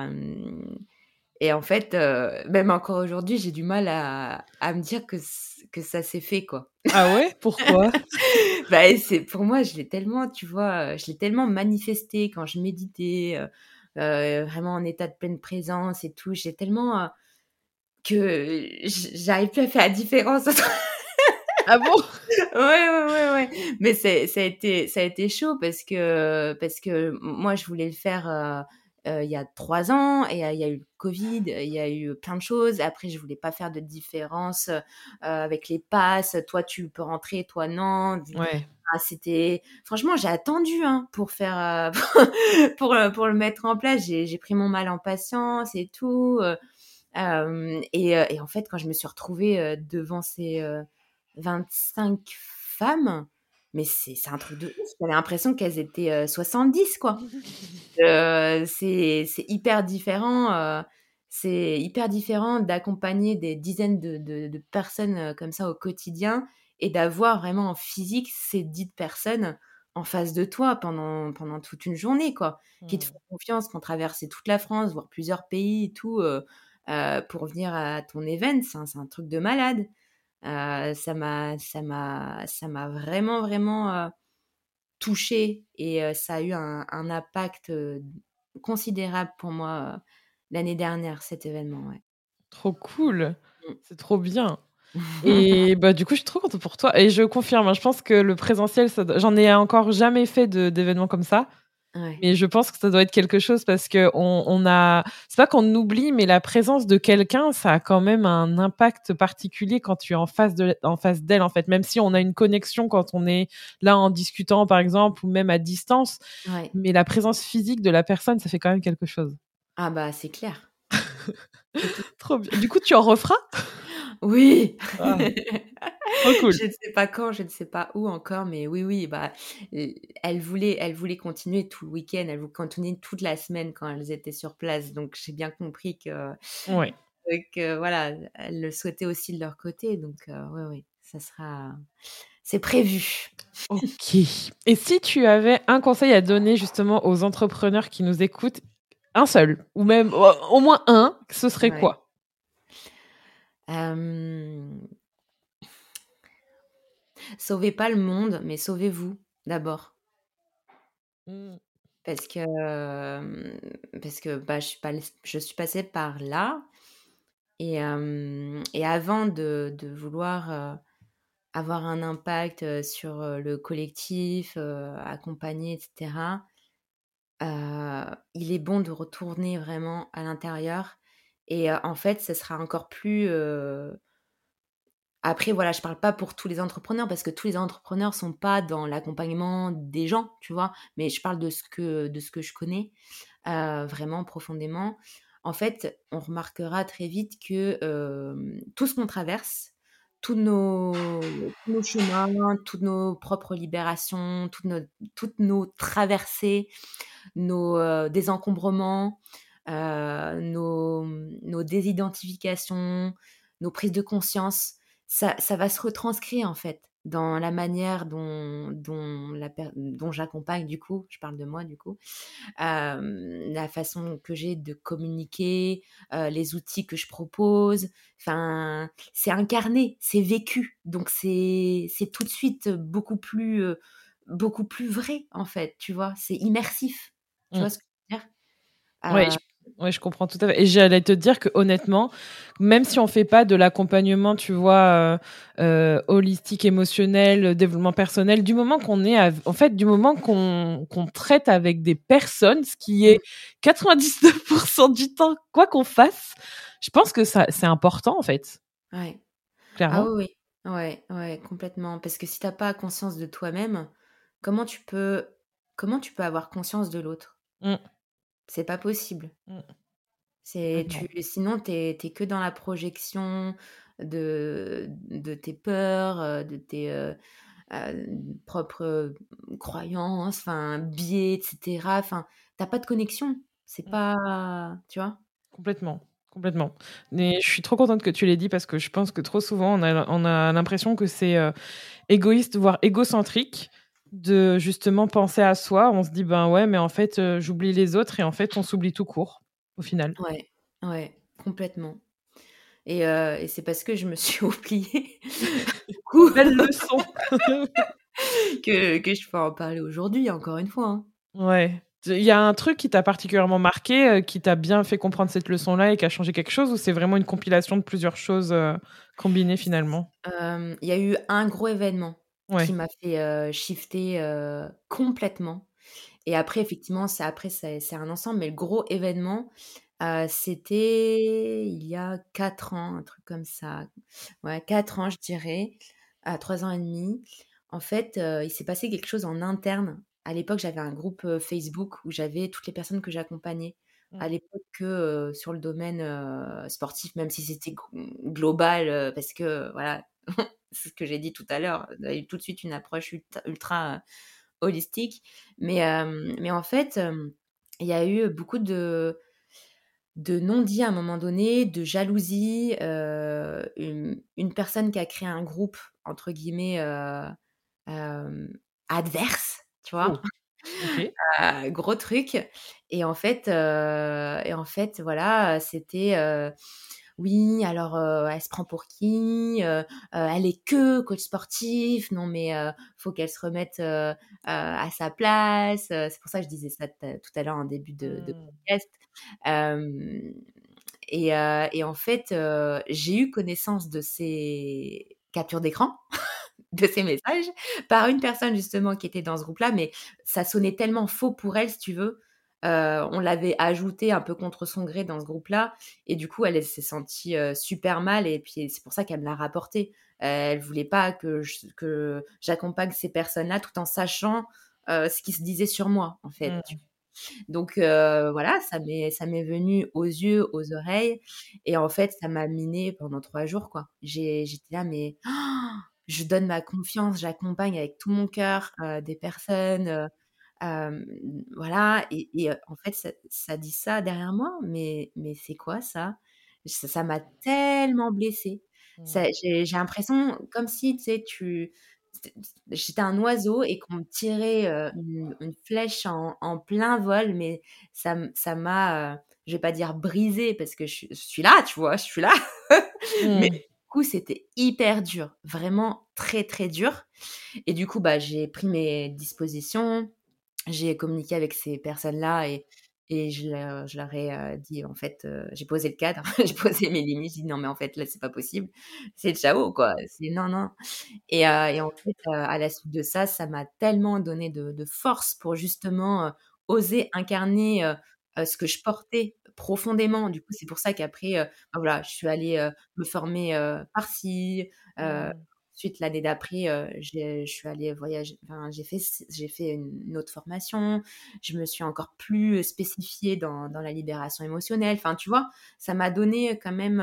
en fait, même encore aujourd'hui, j'ai du mal à me dire que ça s'est fait, quoi. Ah ouais? Pourquoi? Bah, et c'est pour moi, je l'ai tellement, tu vois, je l'ai tellement manifesté quand je méditais, vraiment en état de pleine présence et tout. J'ai tellement, que j'arrive plus à faire la différence entre Ah bon? ouais, ouais, ouais, ouais, mais ça a été chaud parce que moi, je voulais le faire, il y a 3 ans et il y a eu le covid, il y a eu plein de choses. Après, je voulais pas faire de différence, avec les passes. Toi, tu peux rentrer, toi, non. Ouais. C'était franchement, j'ai attendu, hein, pour faire, pour le mettre en place. J'ai pris mon mal en patience et tout, et en fait, quand je me suis retrouvée, devant ces, 25 femmes, mais c'est un truc de ouf. J'avais l'impression qu'elles étaient, 70, quoi. C'est hyper différent, c'est hyper différent d'accompagner des dizaines de personnes, comme ça au quotidien et d'avoir vraiment en physique ces dites personnes en face de toi pendant toute une journée, quoi. Qui te Mmh. font confiance, qui ont traversé toute la France, voire plusieurs pays et tout, pour venir à ton event. C'est un truc de malade. Ça m'a vraiment, vraiment, touchée et ça a eu un impact, considérable pour moi, l'année dernière, cet événement, ouais. Trop cool. Mmh. C'est trop bien. Et bah, du coup, je suis trop contente pour toi et je confirme, hein, je pense que le présentiel, j'en ai encore jamais fait d'événements comme ça, Ouais. mais je pense que ça doit être quelque chose parce qu'on a c'est pas qu'on oublie, mais la présence de quelqu'un, ça a quand même un impact particulier quand tu es en face d'elle, en fait. Même si on a une connexion quand on est là en discutant, par exemple, ou même à distance, Ouais. mais la présence physique de la personne, ça fait quand même quelque chose. Ah bah, c'est clair. C'est clair. Trop bien. Du coup, tu en referas? Oui! Ah, trop cool. Je ne sais pas quand, je ne sais pas où encore, mais oui, oui, bah, elle voulait continuer tout le week-end, elle voulait continuer toute la semaine quand elles étaient sur place, donc j'ai bien compris Ouais. que voilà, elles le souhaitaient aussi de leur côté, donc ouais, ouais, ça sera c'est prévu. OK. Et si tu avais un conseil à donner justement aux entrepreneurs qui nous écoutent, un seul ou même au moins un, ce serait Ouais. quoi? Hem, Sauvez pas le monde, mais sauvez-vous d'abord. Mmh. Parce que, bah, je suis passée par là et avant de vouloir, avoir un impact, sur, le collectif, accompagner et cetera, il est bon de retourner vraiment à l'intérieur et en fait, ce sera encore plus, après voilà, je parle pas pour tous les entrepreneurs parce que tous les entrepreneurs sont pas dans l'accompagnement des gens, tu vois? Mais je parle de ce que je connais, vraiment profondément. En fait, on remarquera très vite que, tout ce qu'on traverse, tous nos chemins, toutes nos propres libérations, toutes nos traversées, nos, désencombrements, nos désidentifications, nos prises de conscience, ça va se retranscrire, en fait, dans la manière dont j'accompagne du coup, je parle de moi du coup, la façon que j'ai de communiquer, les outils que je propose, enfin, c'est incarné, c'est vécu, donc c'est tout de suite beaucoup plus vrai, en fait, tu vois? C'est immersif, tu Mmh. vois ce que je veux dire? Ouais, Heu, ouais, je comprends tout à fait et j'allais te dire que honnêtement, même si on fait pas de l'accompagnement, tu vois, holistique, émotionnel, développement personnel, du moment qu'on est en fait, du moment qu'on traite avec des personnes, ce qui est mmh, 99 du temps, quoi qu'on fasse, je pense que ça c'est important, en fait, ouais. Ah clairement. oui, oui. Ouais, ouais, complètement, parce que si tu as pas conscience de toi-même, comment tu peux comment tu peux avoir conscience de l'autre? Mmh, C'est pas possible. mmh, C'est complètement. tu sinon tu es que dans la projection de tes peurs, de tes, propres, croyances, enfin, biais et cetera. Enfin, tu as pas de connexion. C'est Mmh. pas tu vois? Complètement, complètement. Mais je suis trop contente que tu l'aies dit parce que je pense que trop souvent on a l'impression que c'est, égoïste, voire égocentrique de justement penser à soi. On se dit: «Ben, ouais, mais en fait, j'oublie les autres» et en fait, on s'oublie tout court, au final. Ouais, ouais, complètement et c'est parce que je me suis oubliée, du coup, Belle leçon. que je peux en parler aujourd'hui, encore une fois, hein. Ouais. Il y a un truc qui t'a particulièrement marqué, qui t'a bien fait comprendre cette leçon-là et qui a changé quelque chose ou c'est vraiment une compilation de plusieurs choses, combinées finalement? Il y a eu un gros événement qui Ouais. m'a fait, shifter, complètement et après effectivement, c'est un ensemble, mais le gros événement, c'était il y a 4 ans, un truc comme ça. Ouais, 4 ans, je dirais, à 3 ans et demi. En fait, il s'est passé quelque chose en interne. À l'époque, j'avais un groupe, Facebook où j'avais toutes les personnes que j'accompagnais. Mmh. À l'époque que, sur le domaine, sportif, même si c'était global, parce que voilà, c'est ce que j'ai dit tout à l'heure, il y a eu tout de suite une approche ultra, holistique. Mais en fait, il y a eu beaucoup de non-dits à un moment donné, de jalousie, une personne qui a créé un groupe entre guillemets, hem, «adverse», tu vois? Oh, OK. Gros truc et en fait voilà, c'était, «Oui alors, elle se prend pour qui? Elle est que coach sportif. Non mais, faut qu'elle se remette, à sa place», c'est pour ça que je disais ça tout à l'heure en début de Mmh. podcast. Hem Et en fait, j'ai eu connaissance de ces captures d'écran, de ces messages, par une personne justement qui était dans ce groupe-là, mais ça sonnait tellement faux pour elle, si tu veux. On l'avait ajoutée un peu contre son gré dans ce groupe-là et du coup, elle s'est sentie, super mal et puis c'est pour ça qu'elle me l'a rapporté. Elle voulait pas que j'accompagne ces personnes-là tout en sachant, ce qui se disait sur moi, en fait. Mmh. Donc voilà, ça m'est venu aux yeux, aux oreilles et en fait, ça m'a minée pendant 3 jours, quoi. J'étais là, mais je donne ma confiance, j'accompagne avec tout mon cœur, des personnes, hem, voilà et en fait, ça dit ça derrière moi, mais c'est quoi ça? Ça m'a tellement blessée. Ça Mmh. j'ai l'impression comme si, tu sais, j'étais un oiseau et qu'on me tirait, une flèche en plein vol, mais ça m'a, je vais pas dire brisée parce que je suis là, tu vois? Je suis là. Mais Mmh. du coup, c'était hyper dur, vraiment très, très dur et du coup, bah, j'ai pris mes dispositions. J'ai communiqué avec ces personnes-là et je leur ai, dit en fait, j'ai posé le cadre, j'ai posé mes limites. J'ai dit: «Non mais en fait là, c'est pas possible. C'est ciao quoi, c'est non, non». Et en fait, à la suite de ça, ça m'a tellement donné de force pour justement, oser incarner, ce que je portais profondément. Du coup, c'est pour ça qu'après, bah, voilà, je suis allée, me former, par-ci, Mmh. ensuite l'année d'après, je suis allée voyager, enfin j'ai fait une autre formation. Je me suis encore plus, spécifiée dans la libération émotionnelle. Enfin, tu vois? Ça m'a donné quand même,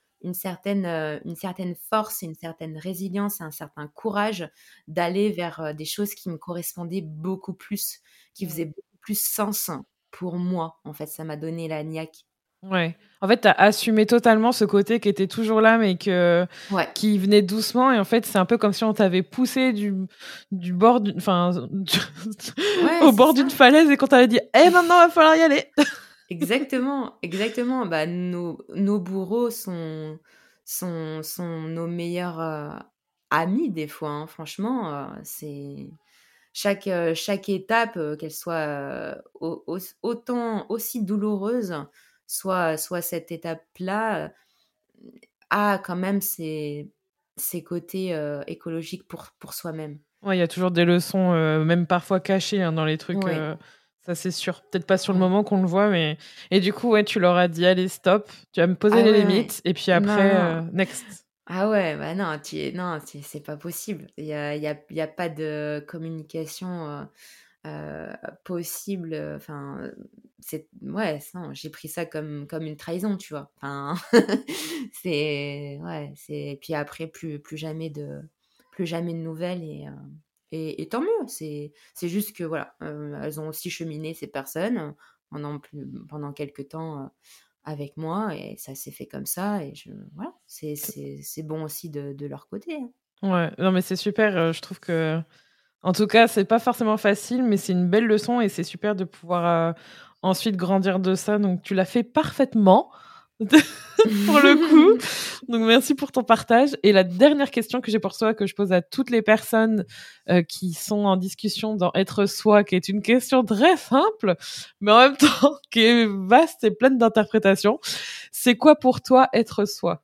une certaine force, une certaine résilience et un certain courage d'aller vers, des choses qui me correspondaient beaucoup plus, qui faisaient Mmh. beaucoup plus sens pour moi, en fait. Ça m'a donné la niaque. Ouais. En fait, tu as assumé totalement ce côté qui était toujours là, mais Ouais, qui venait doucement et en fait, c'est un peu comme si on t'avait poussé du bord d'une enfin, ouais, au c'est bord ça. d'une falaise et qu'on t'avait dit: «Eh maintenant, va falloir y aller!» Exactement, exactement. Bah, nos bourreaux sont nos meilleurs, amis des fois, hein. Franchement, c'est chaque étape, qu'elle soit, autant aussi douloureuse, soit cette étape-là, a quand même ses côtés, écologiques pour soi-même. Ouais, il y a toujours des leçons, même parfois cachées, hein, dans les trucs, Oui, ça c'est sûr. Peut-être pas sur le ouais. moment qu'on le voit, mais et du coup, ouais, tu leur as dit: «Allez stop, tu vas me poser Ah les ouais, ouais. limites et puis Non, après, non. next». Ah ouais, bah non, non, c'est pas possible. Il y a pas de communication, possible, enfin, c'est ouais, non, j'ai pris ça comme une trahison, tu vois? Enfin, c'est ouais, c'est puis après plus jamais de nouvelles et tant mieux. C'est juste que voilà, elles ont aussi cheminé ces personnes, pendant quelque temps, avec moi et ça s'est fait comme ça et voilà, c'est bon aussi de leur côté, hein. Ouais, non mais c'est super, je trouve que en tout cas, c'est pas forcément facile, mais c'est une belle leçon et c'est super de pouvoir, ensuite grandir de ça, donc tu l'as fait parfaitement, pour le coup. Donc merci pour ton partage et la dernière question que j'ai pour toi, que je pose à toutes les personnes, qui sont en discussion dans Être soi, qui est une question très simple, mais en même temps qui est vaste et pleine d'interprétations. C'est quoi pour toi être soi?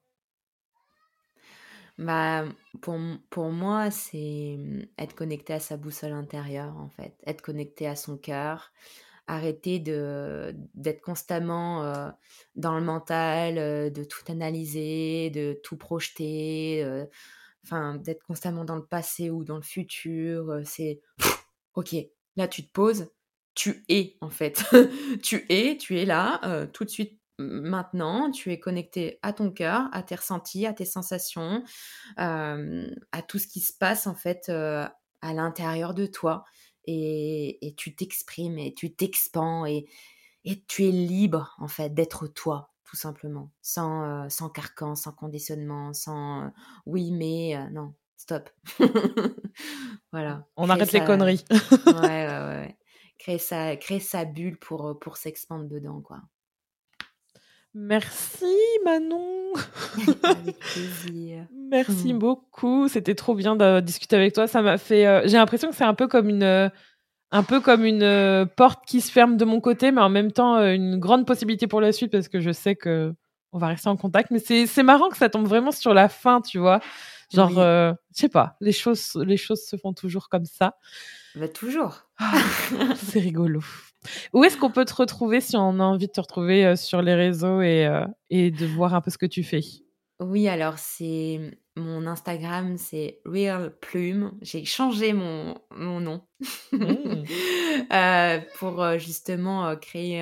Bah, pour moi, c'est, être connecté à sa boussole intérieure, en fait. Être connecté à son cœur, arrêter d'être constamment, dans le mental, de tout analyser, de tout projeter, enfin, d'être constamment dans le passé ou dans le futur, c'est OK, là tu te poses, tu es en fait. Tu es là, tout de suite, maintenant, tu es connecté à ton cœur, à tes ressentis, à tes sensations, à tout ce qui se passe en fait, à l'intérieur de toi et tu t'exprimes et tu t'expands et tu es libre en fait d'être toi, tout simplement, sans carcan, sans conditionnement, sans, «oui mais», non, stop. Voilà, On arrête les ouais, conneries. ouais, ouais, ouais. Créer sa bulle pour s'expandre dedans, quoi. Merci Manon. Avec plaisir. Merci beaucoup, c'était trop bien de discuter avec toi. Ça m'a fait, j'ai l'impression que c'est un peu comme une, porte qui se ferme de mon côté, mais en même temps, une grande possibilité pour la suite parce que je sais que on va rester en contact. Mais c'est marrant que ça tombe vraiment sur la fin, tu vois. Genre, Oui. je sais pas, les choses se font toujours comme ça. Bah, toujours. C'est rigolo. Où est-ce qu'on peut te retrouver si on a envie de te retrouver sur les réseaux et de voir un peu ce que tu fais? Oui, alors c'est mon Instagram, c'est Real Plume. J'ai changé mon nom Mmh. pour justement créer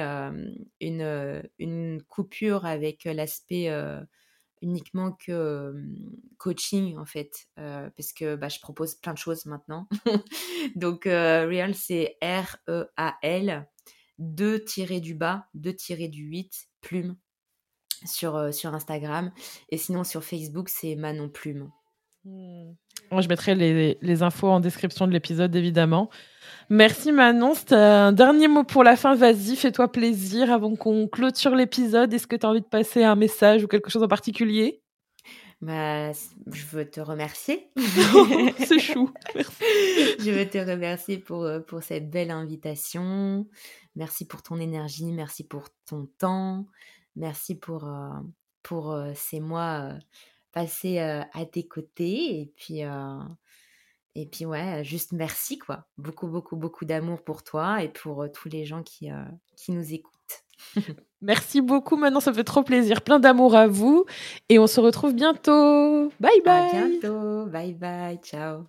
une coupure avec l'aspect uniquement que coaching en fait, parce que bah, je propose plein de choses maintenant. Donc Real, c'est REAL, 2-du-bas, 2-8, Plume sur Instagram, et sinon sur Facebook, c'est Manon Plume. Mmh. Moi, je mettrai les infos en description de l'épisode, évidemment. Merci Manon. Si tu un dernier mot pour la fin, vas-y, fais-toi plaisir avant qu'on clôture l'épisode. Est-ce que tu as envie de passer un message ou quelque chose en particulier? Bah, je veux te remercier. C'est chou. Merci. Je veux te remercier pour cette belle invitation. Merci pour ton énergie, merci pour ton temps, merci pour ces mois, passés, à tes côtés, et puis ouais, juste merci quoi. Beaucoup, beaucoup, beaucoup d'amour pour toi et pour, tous les gens qui nous écoutent. Merci beaucoup Manon, ça me fait trop plaisir. Plein d'amour à vous et on se retrouve bientôt. Bye À bye. bientôt. Bye bye. Ciao.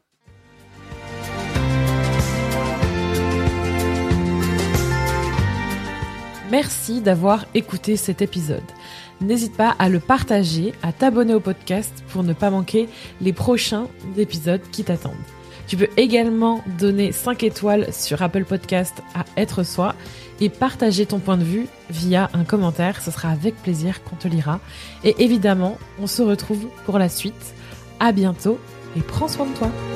Merci d'avoir écouté cet épisode. N'hésite pas à le partager, à t'abonner au podcast pour ne pas manquer les prochains épisodes qui t'attendent. Tu peux également donner 5 étoiles sur Apple Podcast à Être Soi et partager ton point de vue via un commentaire. Ce sera avec plaisir qu'on te lira. Et évidemment, on se retrouve pour la suite. À bientôt et prends soin de toi.